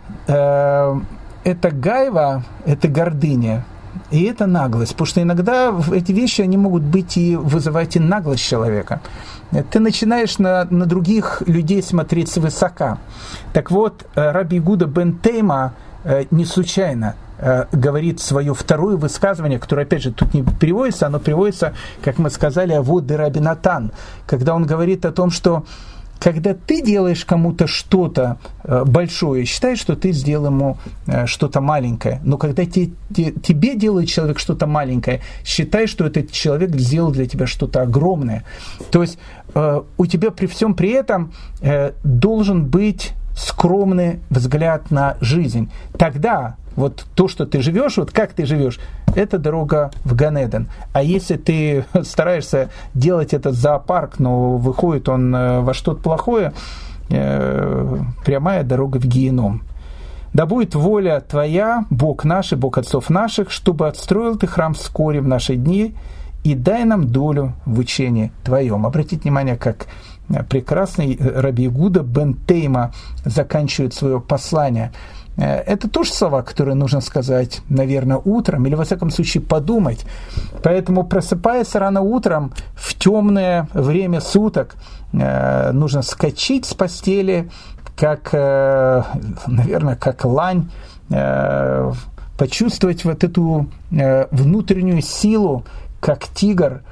гайва, это гордыня, и это наглость, потому что иногда эти вещи, они могут быть и вызывать и наглость человека. Ты начинаешь на других людей смотреть свысока. Так вот, Раби Игуда бен Тейма не случайно говорит свое второе высказывание, которое, опять же, тут не переводится, оно переводится, как мы сказали, авод де Раби Натан, когда он говорит о том, что когда ты делаешь кому-то что-то большое, считай, что ты сделал ему что-то маленькое. Но когда тебе делает человек что-то маленькое, считай, что этот человек сделал для тебя что-то огромное. То есть у тебя при всем при этом должен быть скромный взгляд на жизнь. Тогда вот то, что ты живешь, вот как ты живешь, это дорога в Ганеден. А если ты стараешься делать этот зоопарк, но выходит он во что-то плохое, прямая дорога в геном. Да будет воля Твоя, Бог наш и Бог отцов наших, чтобы отстроил Ты храм вскоре в наши дни, и дай нам долю в учении Твоем. Обратите внимание, как прекрасный Раби Игуда бен Тейма заканчивает свое послание. Это тоже слова, которые нужно сказать, наверное, утром, или, во всяком случае, подумать. Поэтому, просыпаясь рано утром, в темное время суток, нужно скачать с постели, как, наверное, как лань, почувствовать вот эту внутреннюю силу, как тигр,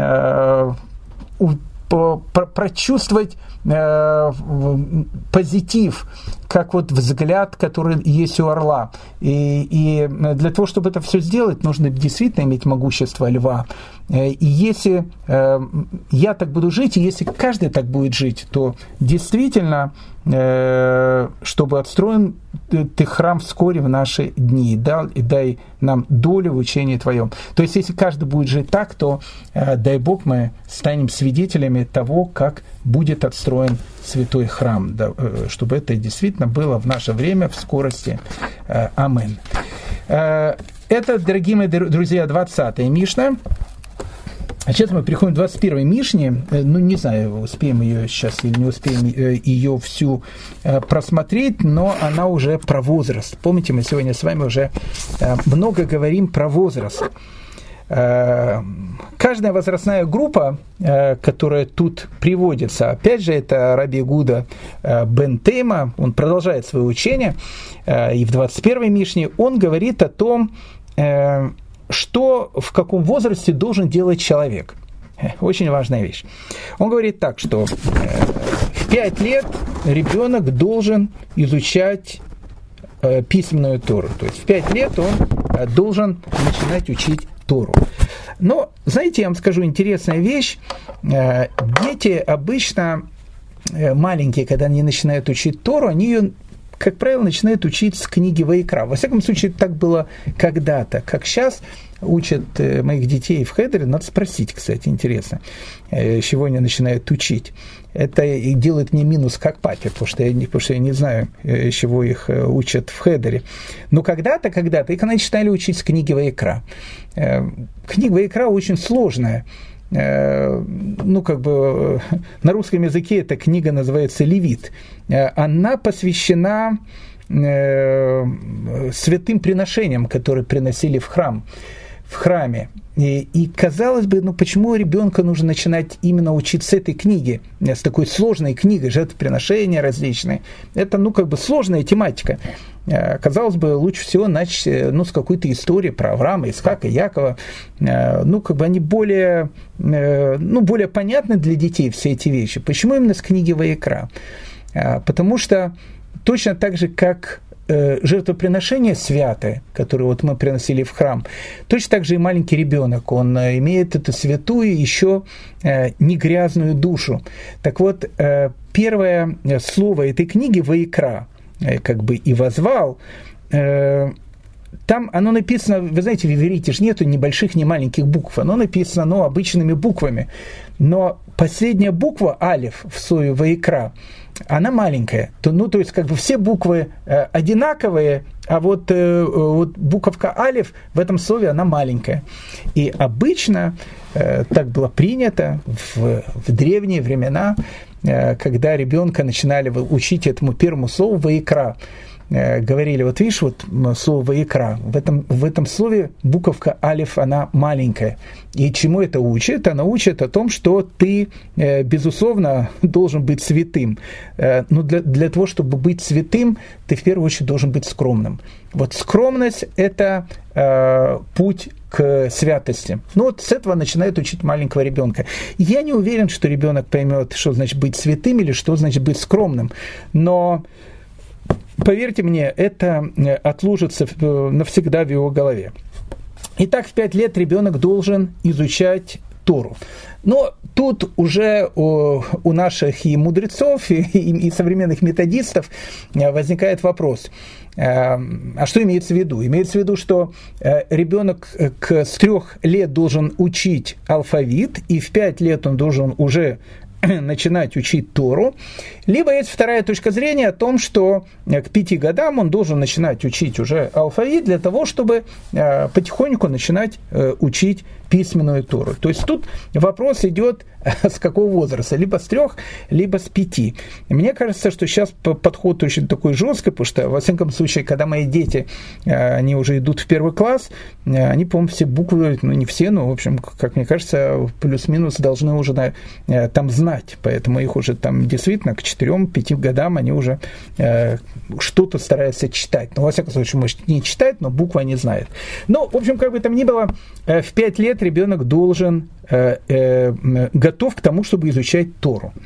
прочувствовать позитив, как вот взгляд, который есть у орла. И для того, чтобы это все сделать, нужно действительно иметь могущество льва. И если я так буду жить, и если каждый так будет жить, то действительно, чтобы отстроен Ты храм вскоре в наши дни, и дай нам долю в учении Твоем. То есть, если каждый будет жить так, то, дай Бог, мы станем свидетелями того, как будет отстроен святой храм, чтобы это действительно было в наше время, в скорости. Амин. Это, дорогие мои друзья, 20-я Мишна. А сейчас мы переходим к 21-й Мишне. Ну, не знаю, успеем ее сейчас или не успеем ее всю просмотреть, но она уже про возраст. Помните, мы сегодня с вами уже много говорим про возраст. Каждая возрастная группа, которая тут приводится, опять же, это Раби Игуда бен Тейма, он продолжает свое учение, и в 21-й Мишне он говорит о том, что в каком возрасте должен делать человек. Очень важная вещь. Он говорит так, что в 5 лет ребенок должен изучать письменную Тору. То есть в 5 лет он должен начинать учить Тору. Но, знаете, я вам скажу интересная вещь. Дети обычно маленькие, когда они начинают учить Тору, они ее, как правило, начинают учить с книги Ваикра. Во всяком случае, так было когда-то. Как сейчас учат моих детей в хедере, надо спросить, кстати, интересно, с чего они начинают учить. Это и делает мне минус как папе, потому что я не знаю, с чего их учат в хедере. Но когда-то их начинали учить с книги Ваикра. Книга Ваикра очень сложная. на русском языке эта книга называется «Левит». Она посвящена святым приношениям, которые приносили в храме. И казалось бы, казалось бы, ребенка нужно начинать именно учить с этой книги, с такой сложной книгой, жертвоприношения различные. Это, сложная тематика. Казалось бы, лучше всего начать, с какой-то истории про Авраама, Исхака, Якова. Они более понятны для детей, все эти вещи. Почему именно с книги Ваикра? Потому что точно так же, как жертвоприношение святое, которое мы приносили в храм, точно так же и маленький ребенок, он имеет эту святую, еще не грязную душу. Так вот, первое слово этой книги «Ваикра», и «возвал», там оно написано, вы знаете, в иврите же нету ни больших, ни маленьких букв, оно написано обычными буквами, но последняя буква «алеф» в слове «Ваикра», она маленькая, то есть все буквы одинаковые, а вот буковка алеф в этом слове она маленькая. И обычно так было принято в древние времена, когда ребенка начинали учить этому первому слову «Ваикра». Говорили, видишь, слово «Ваикра», в этом слове буковка алеф, она маленькая. И чему это учит? Она учит о том, что ты, безусловно, должен быть святым. Но для того, чтобы быть святым, ты в первую очередь должен быть скромным. Скромность – это путь к святости. С этого начинает учить маленького ребенка. Я не уверен, что ребенок поймет, что значит быть святым или что значит быть скромным. Но поверьте мне, это отложится навсегда в его голове. Итак, в 5 лет ребенок должен изучать Тору. Но тут уже у наших и мудрецов, и современных методистов возникает вопрос, а что имеется в виду? Имеется в виду, что ребенок с 3 лет должен учить алфавит, и в 5 лет он должен уже начинать учить Тору, либо есть вторая точка зрения о том, что к 5 годам он должен начинать учить уже алфавит для того, чтобы потихоньку начинать учить письменную Тору. То есть тут вопрос идет с какого возраста, либо с 3, либо с 5. Мне кажется, что сейчас подход очень такой жесткий, потому что, во всяком случае, когда мои дети, они уже идут в 1 класс, они, по-моему, все буквы, не все, но, в общем, как мне кажется, плюс-минус должны уже там знать, поэтому их уже там действительно к 4-5 годам они уже что-то стараются читать. Ну, во всяком случае, может, не читать, но буквы они знают. Но, в общем, как бы там ни было, в 5 лет ребенок должен готов к тому, чтобы изучать Тору.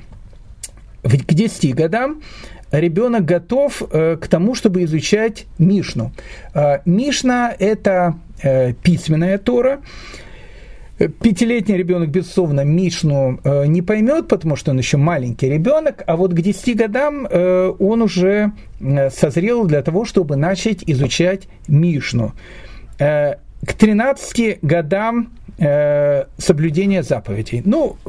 К 10 годам ребенок готов к тому, чтобы изучать Мишну. Мишна – это письменная Тора. 5-летний ребенок, безусловно, Мишну не поймет, потому что он еще маленький ребенок, а вот к 10 годам он уже созрел для того, чтобы начать изучать Мишну. К 13 годам соблюдение заповедей.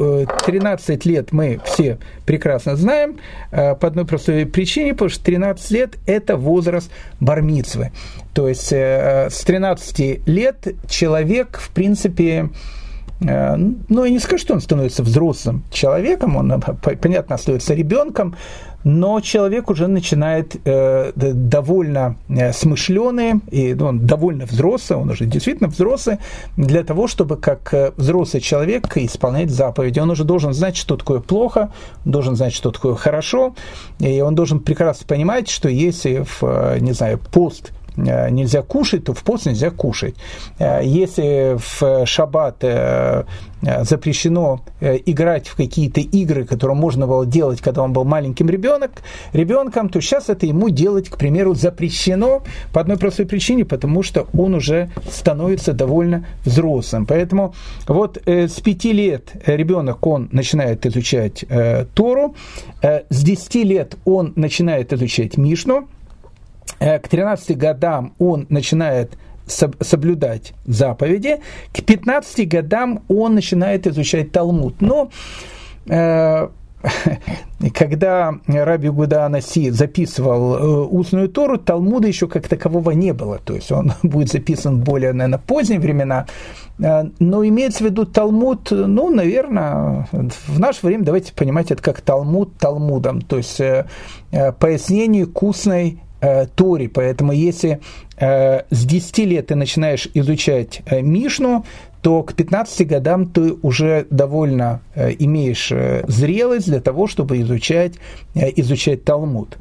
13 лет мы все прекрасно знаем по одной простой причине, потому что 13 лет – это возраст бар-мицвы. То есть с 13 лет человек, в принципе, я не скажу, что он становится взрослым человеком, он, понятно, остается ребенком, но человек уже начинает довольно смышленый, и он довольно взрослый, он уже действительно взрослый, для того, чтобы как взрослый человек исполнять заповеди. Он уже должен знать, что такое плохо, должен знать, что такое хорошо, и он должен прекрасно понимать, что если в, пост нельзя кушать, то в пост нельзя кушать. Если в шаббат запрещено играть в какие-то игры, которые можно было делать, когда он был маленьким ребенком, то сейчас это ему делать, к примеру, запрещено по одной простой причине, потому что он уже становится довольно взрослым. Поэтому с 5 лет ребенок, он начинает изучать Тору, с 10 лет он начинает изучать Мишну, к 13 годам он начинает соблюдать заповеди, к 15 годам он начинает изучать Талмуд. Но когда Раби Иуда Анаси записывал устную Тору, Талмуда еще как такового не было. То есть он будет записан в более, наверное, поздние времена. Но имеется в виду Талмуд, ну, наверное, в наше время, давайте понимать это как Талмуд Талмудом. То есть пояснение к устной Торе. Поэтому если с 10 лет ты начинаешь изучать Мишну, то к 15 годам ты уже довольно имеешь зрелость для того, чтобы изучать Талмуд.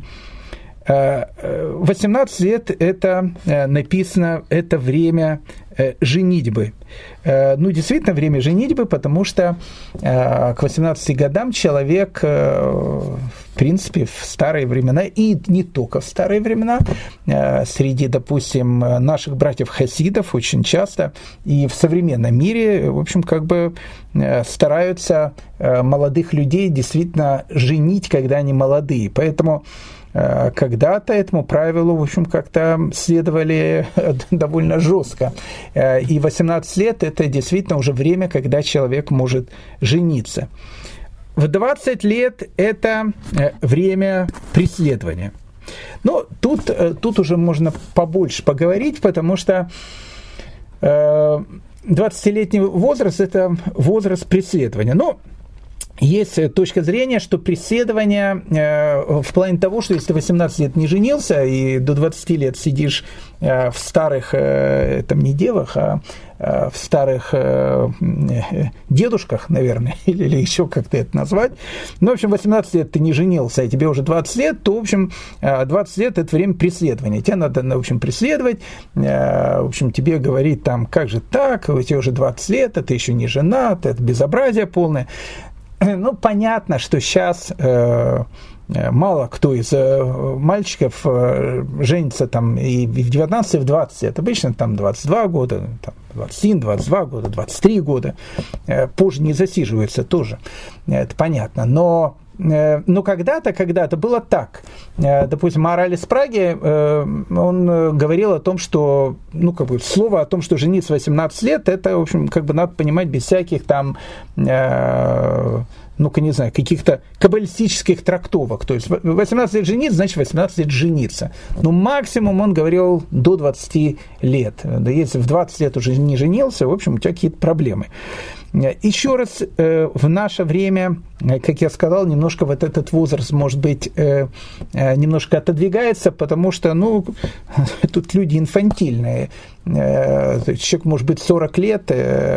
18 лет это написано, это время женитьбы. Ну, действительно, время женитьбы, потому что к 18 годам человек, в принципе, в старые времена, и не только в старые времена, среди, допустим, наших братьев-хасидов очень часто и в современном мире, в общем, как бы стараются молодых людей действительно женить, когда они молодые. Поэтому когда-то этому правилу, в общем, как-то следовали довольно жестко. И 18 лет – это действительно уже время, когда человек может жениться. В 20 лет – это время преследования. Но тут уже можно побольше поговорить, потому что 20-летний возраст – это возраст преследования. Но есть точка зрения, что преследование в плане того, что если ты 18 лет не женился и до 20 лет сидишь в старых, там не девах, а в старых дедушках, наверное, или еще как-то это назвать. Ну, в общем, 18 лет ты не женился, и тебе уже 20 лет, то, в общем, 20 лет – это время преследования. Тебе надо, в общем, преследовать, в общем, тебе говорить там, как же так, тебе уже 20 лет, а ты еще не женат, это безобразие полное. Ну, понятно, что сейчас мало кто из мальчиков женится там и в 19, и в 20 лет. Обычно там 22 года, там 21, 22 года, 23 года. Позже не засиживаются тоже, это понятно. Но когда-то было так. Допустим, Маораль из Праги, он говорил о том, что, ну, как бы, слово о том, что жениться в 18 лет, это, в общем, как бы надо понимать без всяких там, ну-ка, не знаю, каких-то каббалистических трактовок. То есть 18 лет жениться, значит 18 лет жениться. Но максимум он говорил до 20 лет. Да если в 20 лет уже не женился, в общем, у тебя какие-то проблемы. Еще раз, в наше время, как я сказал, немножко вот этот возраст, может быть, немножко отодвигается, потому что, ну, тут люди инфантильные. Человек, может быть, 40 лет,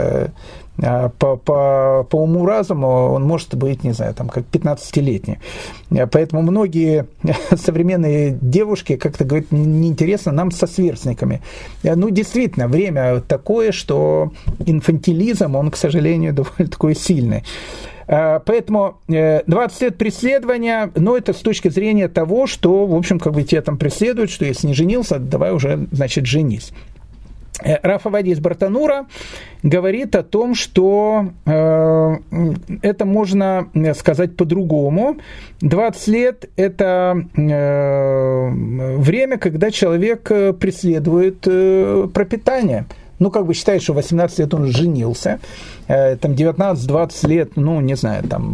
по уму-разуму он может быть, не знаю, там, как 15-летний. Поэтому многие современные девушки как-то говорят, неинтересно нам со сверстниками. Ну, действительно, время такое, что инфантилизм, он, к сожалению, довольно такой сильный. Поэтому 20 лет преследования, но это с точки зрения того, что, в общем, как бы тебя там преследуют, что если не женился, давай уже, значит, женись. Рав Овадия из Бартанура говорит о том, что это можно сказать по-другому. 20 лет – это время, когда человек преследует пропитание. Ну, как бы считает, что 18 лет он женился, там 19-20 лет, ну, не знаю, там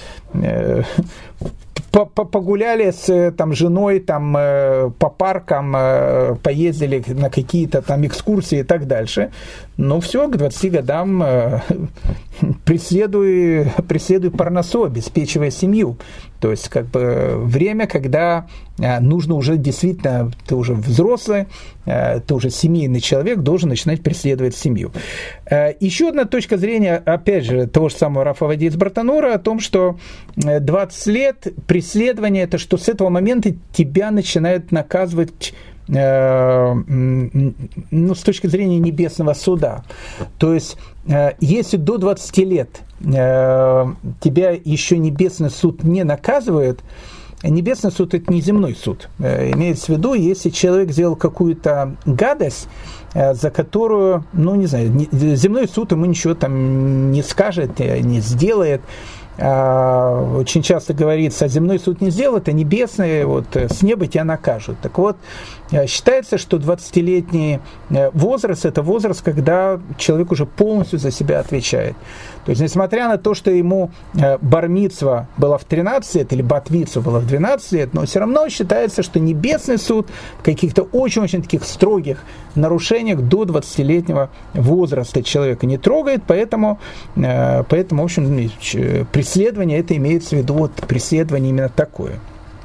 погуляли с там, женой там, по паркам, поездили на какие-то там экскурсии и так дальше. Но все, к 20 годам преследуй парносу, обеспечивая семью. То есть, как бы, время, когда нужно уже действительно, ты уже взрослый, ты уже семейный человек, должен начинать преследовать семью. Еще одна точка зрения, опять же, того же самого Рава Овадии из Бартанура, о том, что 20 лет преследования, это что с этого момента тебя начинают наказывать, ну, с точки зрения небесного суда. То есть, если до 20 лет тебя еще небесный суд не наказывает, небесный суд – это не земной суд. Имеется в виду, если человек сделал какую-то гадость, за которую, ну, не знаю, земной суд ему ничего там не скажет, не сделает. очень часто говорится, земной суд не сделал, это небесный, вот с неба тебя накажут. Так вот, считается, что 20-летний возраст – это возраст, когда человек уже полностью за себя отвечает. То есть, несмотря на то, что ему бар-мицва была в 13 лет или бат-мицва была в 12 лет, но все равно считается, что небесный суд в каких-то очень-очень таких строгих нарушениях до 20-летнего возраста человека не трогает, поэтому в общем, преследование, это имеется в виду вот преследование именно такое.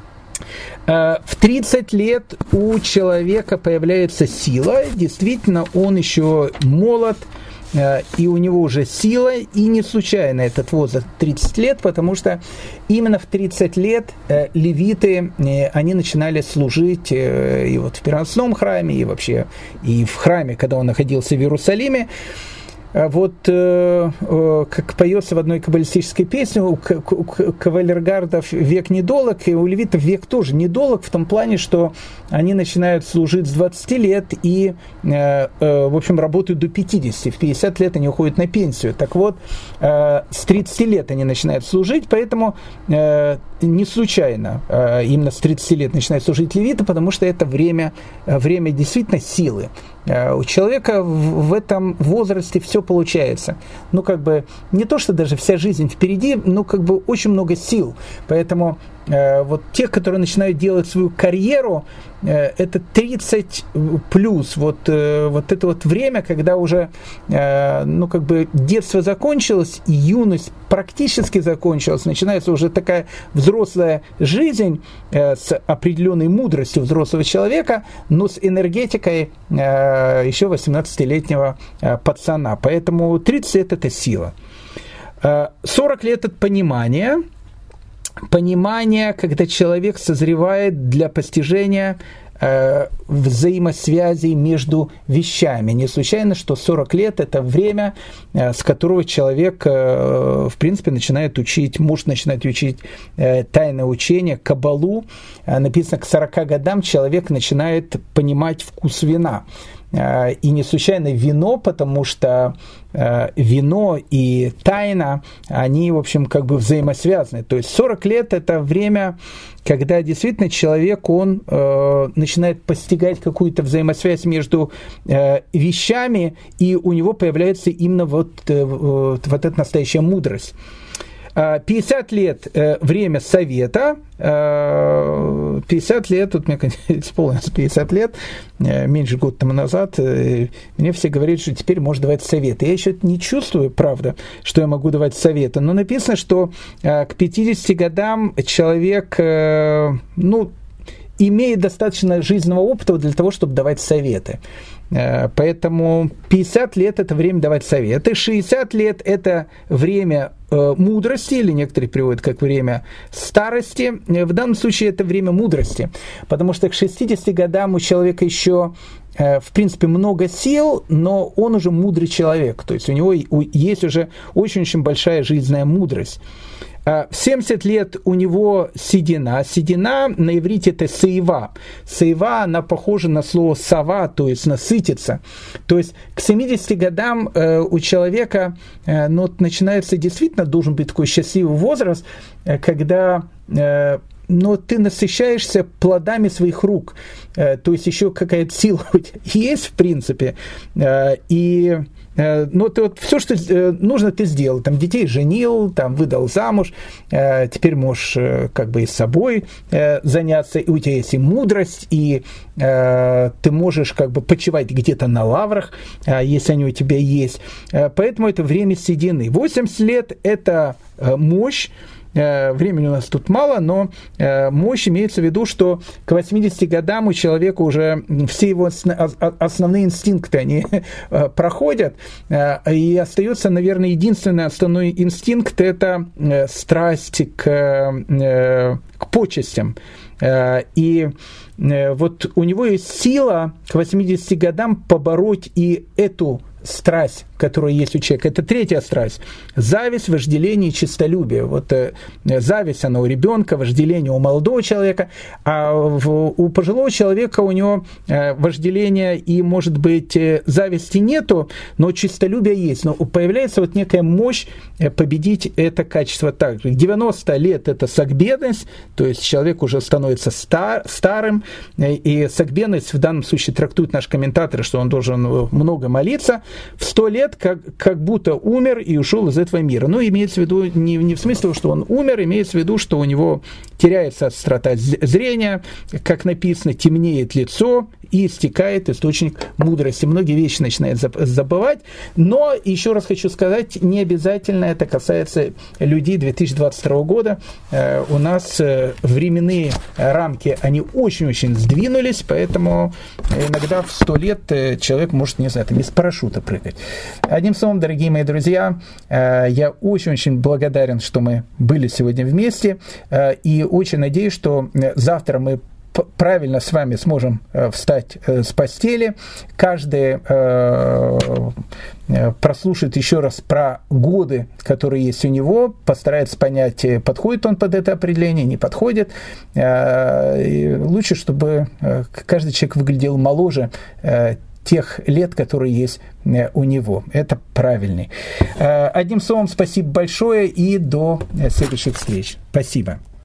В 30 лет у человека появляется сила, действительно, он еще молод, и у него уже сила, и не случайно этот возраст 30 лет, потому что именно в 30 лет левиты, они начинали служить и вот в переносном храме, и вообще и в храме, когда он находился в Иерусалиме. Вот как поется в одной каббалистической песне, у кавалергардов век недолог, и у левитов век тоже недолог, в том плане, что они начинают служить с 20 лет и, в общем, работают до 50. В 50 лет они уходят на пенсию. Так вот, с 30 лет они начинают служить, поэтому не случайно именно с 30 лет начинают служить левиты, потому что это время действительно силы. У человека в этом возрасте все получается. Ну, как бы, не то, что даже вся жизнь впереди, но как бы очень много сил. Поэтому вот те, которые начинают делать свою карьеру, это 30 плюс. Вот это вот время, когда уже, ну, как бы детство закончилось, и юность практически закончилась, начинается уже такая взрослая жизнь с определенной мудростью взрослого человека, но с энергетикой еще 18-летнего пацана. Поэтому 30 лет – это сила. 40 лет – это понимание, когда человек созревает для постижения взаимосвязи между вещами. Не случайно, что 40 лет – это время, с которого человек, в принципе, может начинать учить тайное учение, каббалу. Написано, к 40 годам человек начинает понимать вкус вина. И не случайно вино, потому что вино и тайна, они, в общем, как бы взаимосвязаны. То есть 40 лет – это время, когда действительно человек, он начинает постигать какую-то взаимосвязь между вещами, и у него появляется именно вот эта настоящая мудрость. 50 лет – время совета, 50 лет, тут мне исполнилось 50 лет, меньше года тому назад, мне все говорят, что теперь можно давать советы. Я еще не чувствую, правда, что я могу давать советы, но написано, что к 50 годам человек, имеет достаточно жизненного опыта для того, чтобы давать советы. Поэтому 50 лет – это время давать советы, 60 лет – это время мудрости, или некоторые приводят как время старости. В данном случае это время мудрости, потому что к 60 годам у человека еще, в принципе, много сил, но он уже мудрый человек, то есть у него есть уже очень-очень большая жизненная мудрость. В 70 лет у него седина. Седина на иврите это саива. Саива, она похожа на слово сава, то есть насытиться. То есть к 70 годам у человека начинается, действительно должен быть такой счастливый возраст, когда ты насыщаешься плодами своих рук. То есть еще какая-то сила есть, в принципе. Но ты вот все, что нужно, ты сделал. Там детей женил, там выдал замуж, теперь можешь как бы и собой заняться, и у тебя есть и мудрость, и ты можешь как бы почивать где-то на лаврах, если они у тебя есть. Поэтому это время седины. 80 лет – это мощь. Времени у нас тут мало, но мощь имеется в виду, что к 80 годам у человека уже все его основные инстинкты, они проходят, и остается, наверное, единственный основной инстинкт – это страсть к почестям. И вот у него есть сила к 80 годам побороть и эту страсть которая есть у человека. Это третья страсть. Зависть, вожделение, честолюбие. Вот зависть, она у ребенка, вожделение у молодого человека, а у пожилого человека у него вожделения и, может быть, зависти нету, но честолюбие есть. Но появляется вот некая мощь победить это качество также. 90 лет – это сагбедность, то есть человек уже становится старым, и сагбедность в данном случае трактует наш комментатор, что он должен много молиться. В 100 лет как будто умер и ушел из этого мира. Но имеется в виду не в смысле, что он умер, имеется в виду, что у него теряется острота зрения, как написано, темнеет лицо и истекает источник мудрости. Многие вещи начинают забывать, но еще раз хочу сказать, не обязательно это касается людей 2022 года. У нас временные рамки, они очень-очень сдвинулись, поэтому иногда в 100 лет человек может, не знаю, без парашюта прыгать. Одним словом, дорогие мои друзья, я очень-очень благодарен, что мы были сегодня вместе, и очень надеюсь, что завтра мы правильно с вами сможем встать с постели. Каждый прослушает еще раз про годы, которые есть у него, постарается понять, подходит он под это определение, не подходит. И лучше, чтобы каждый человек выглядел моложе тех лет, которые есть у него. Это правильный. Одним словом, спасибо большое и до следующих встреч. Спасибо.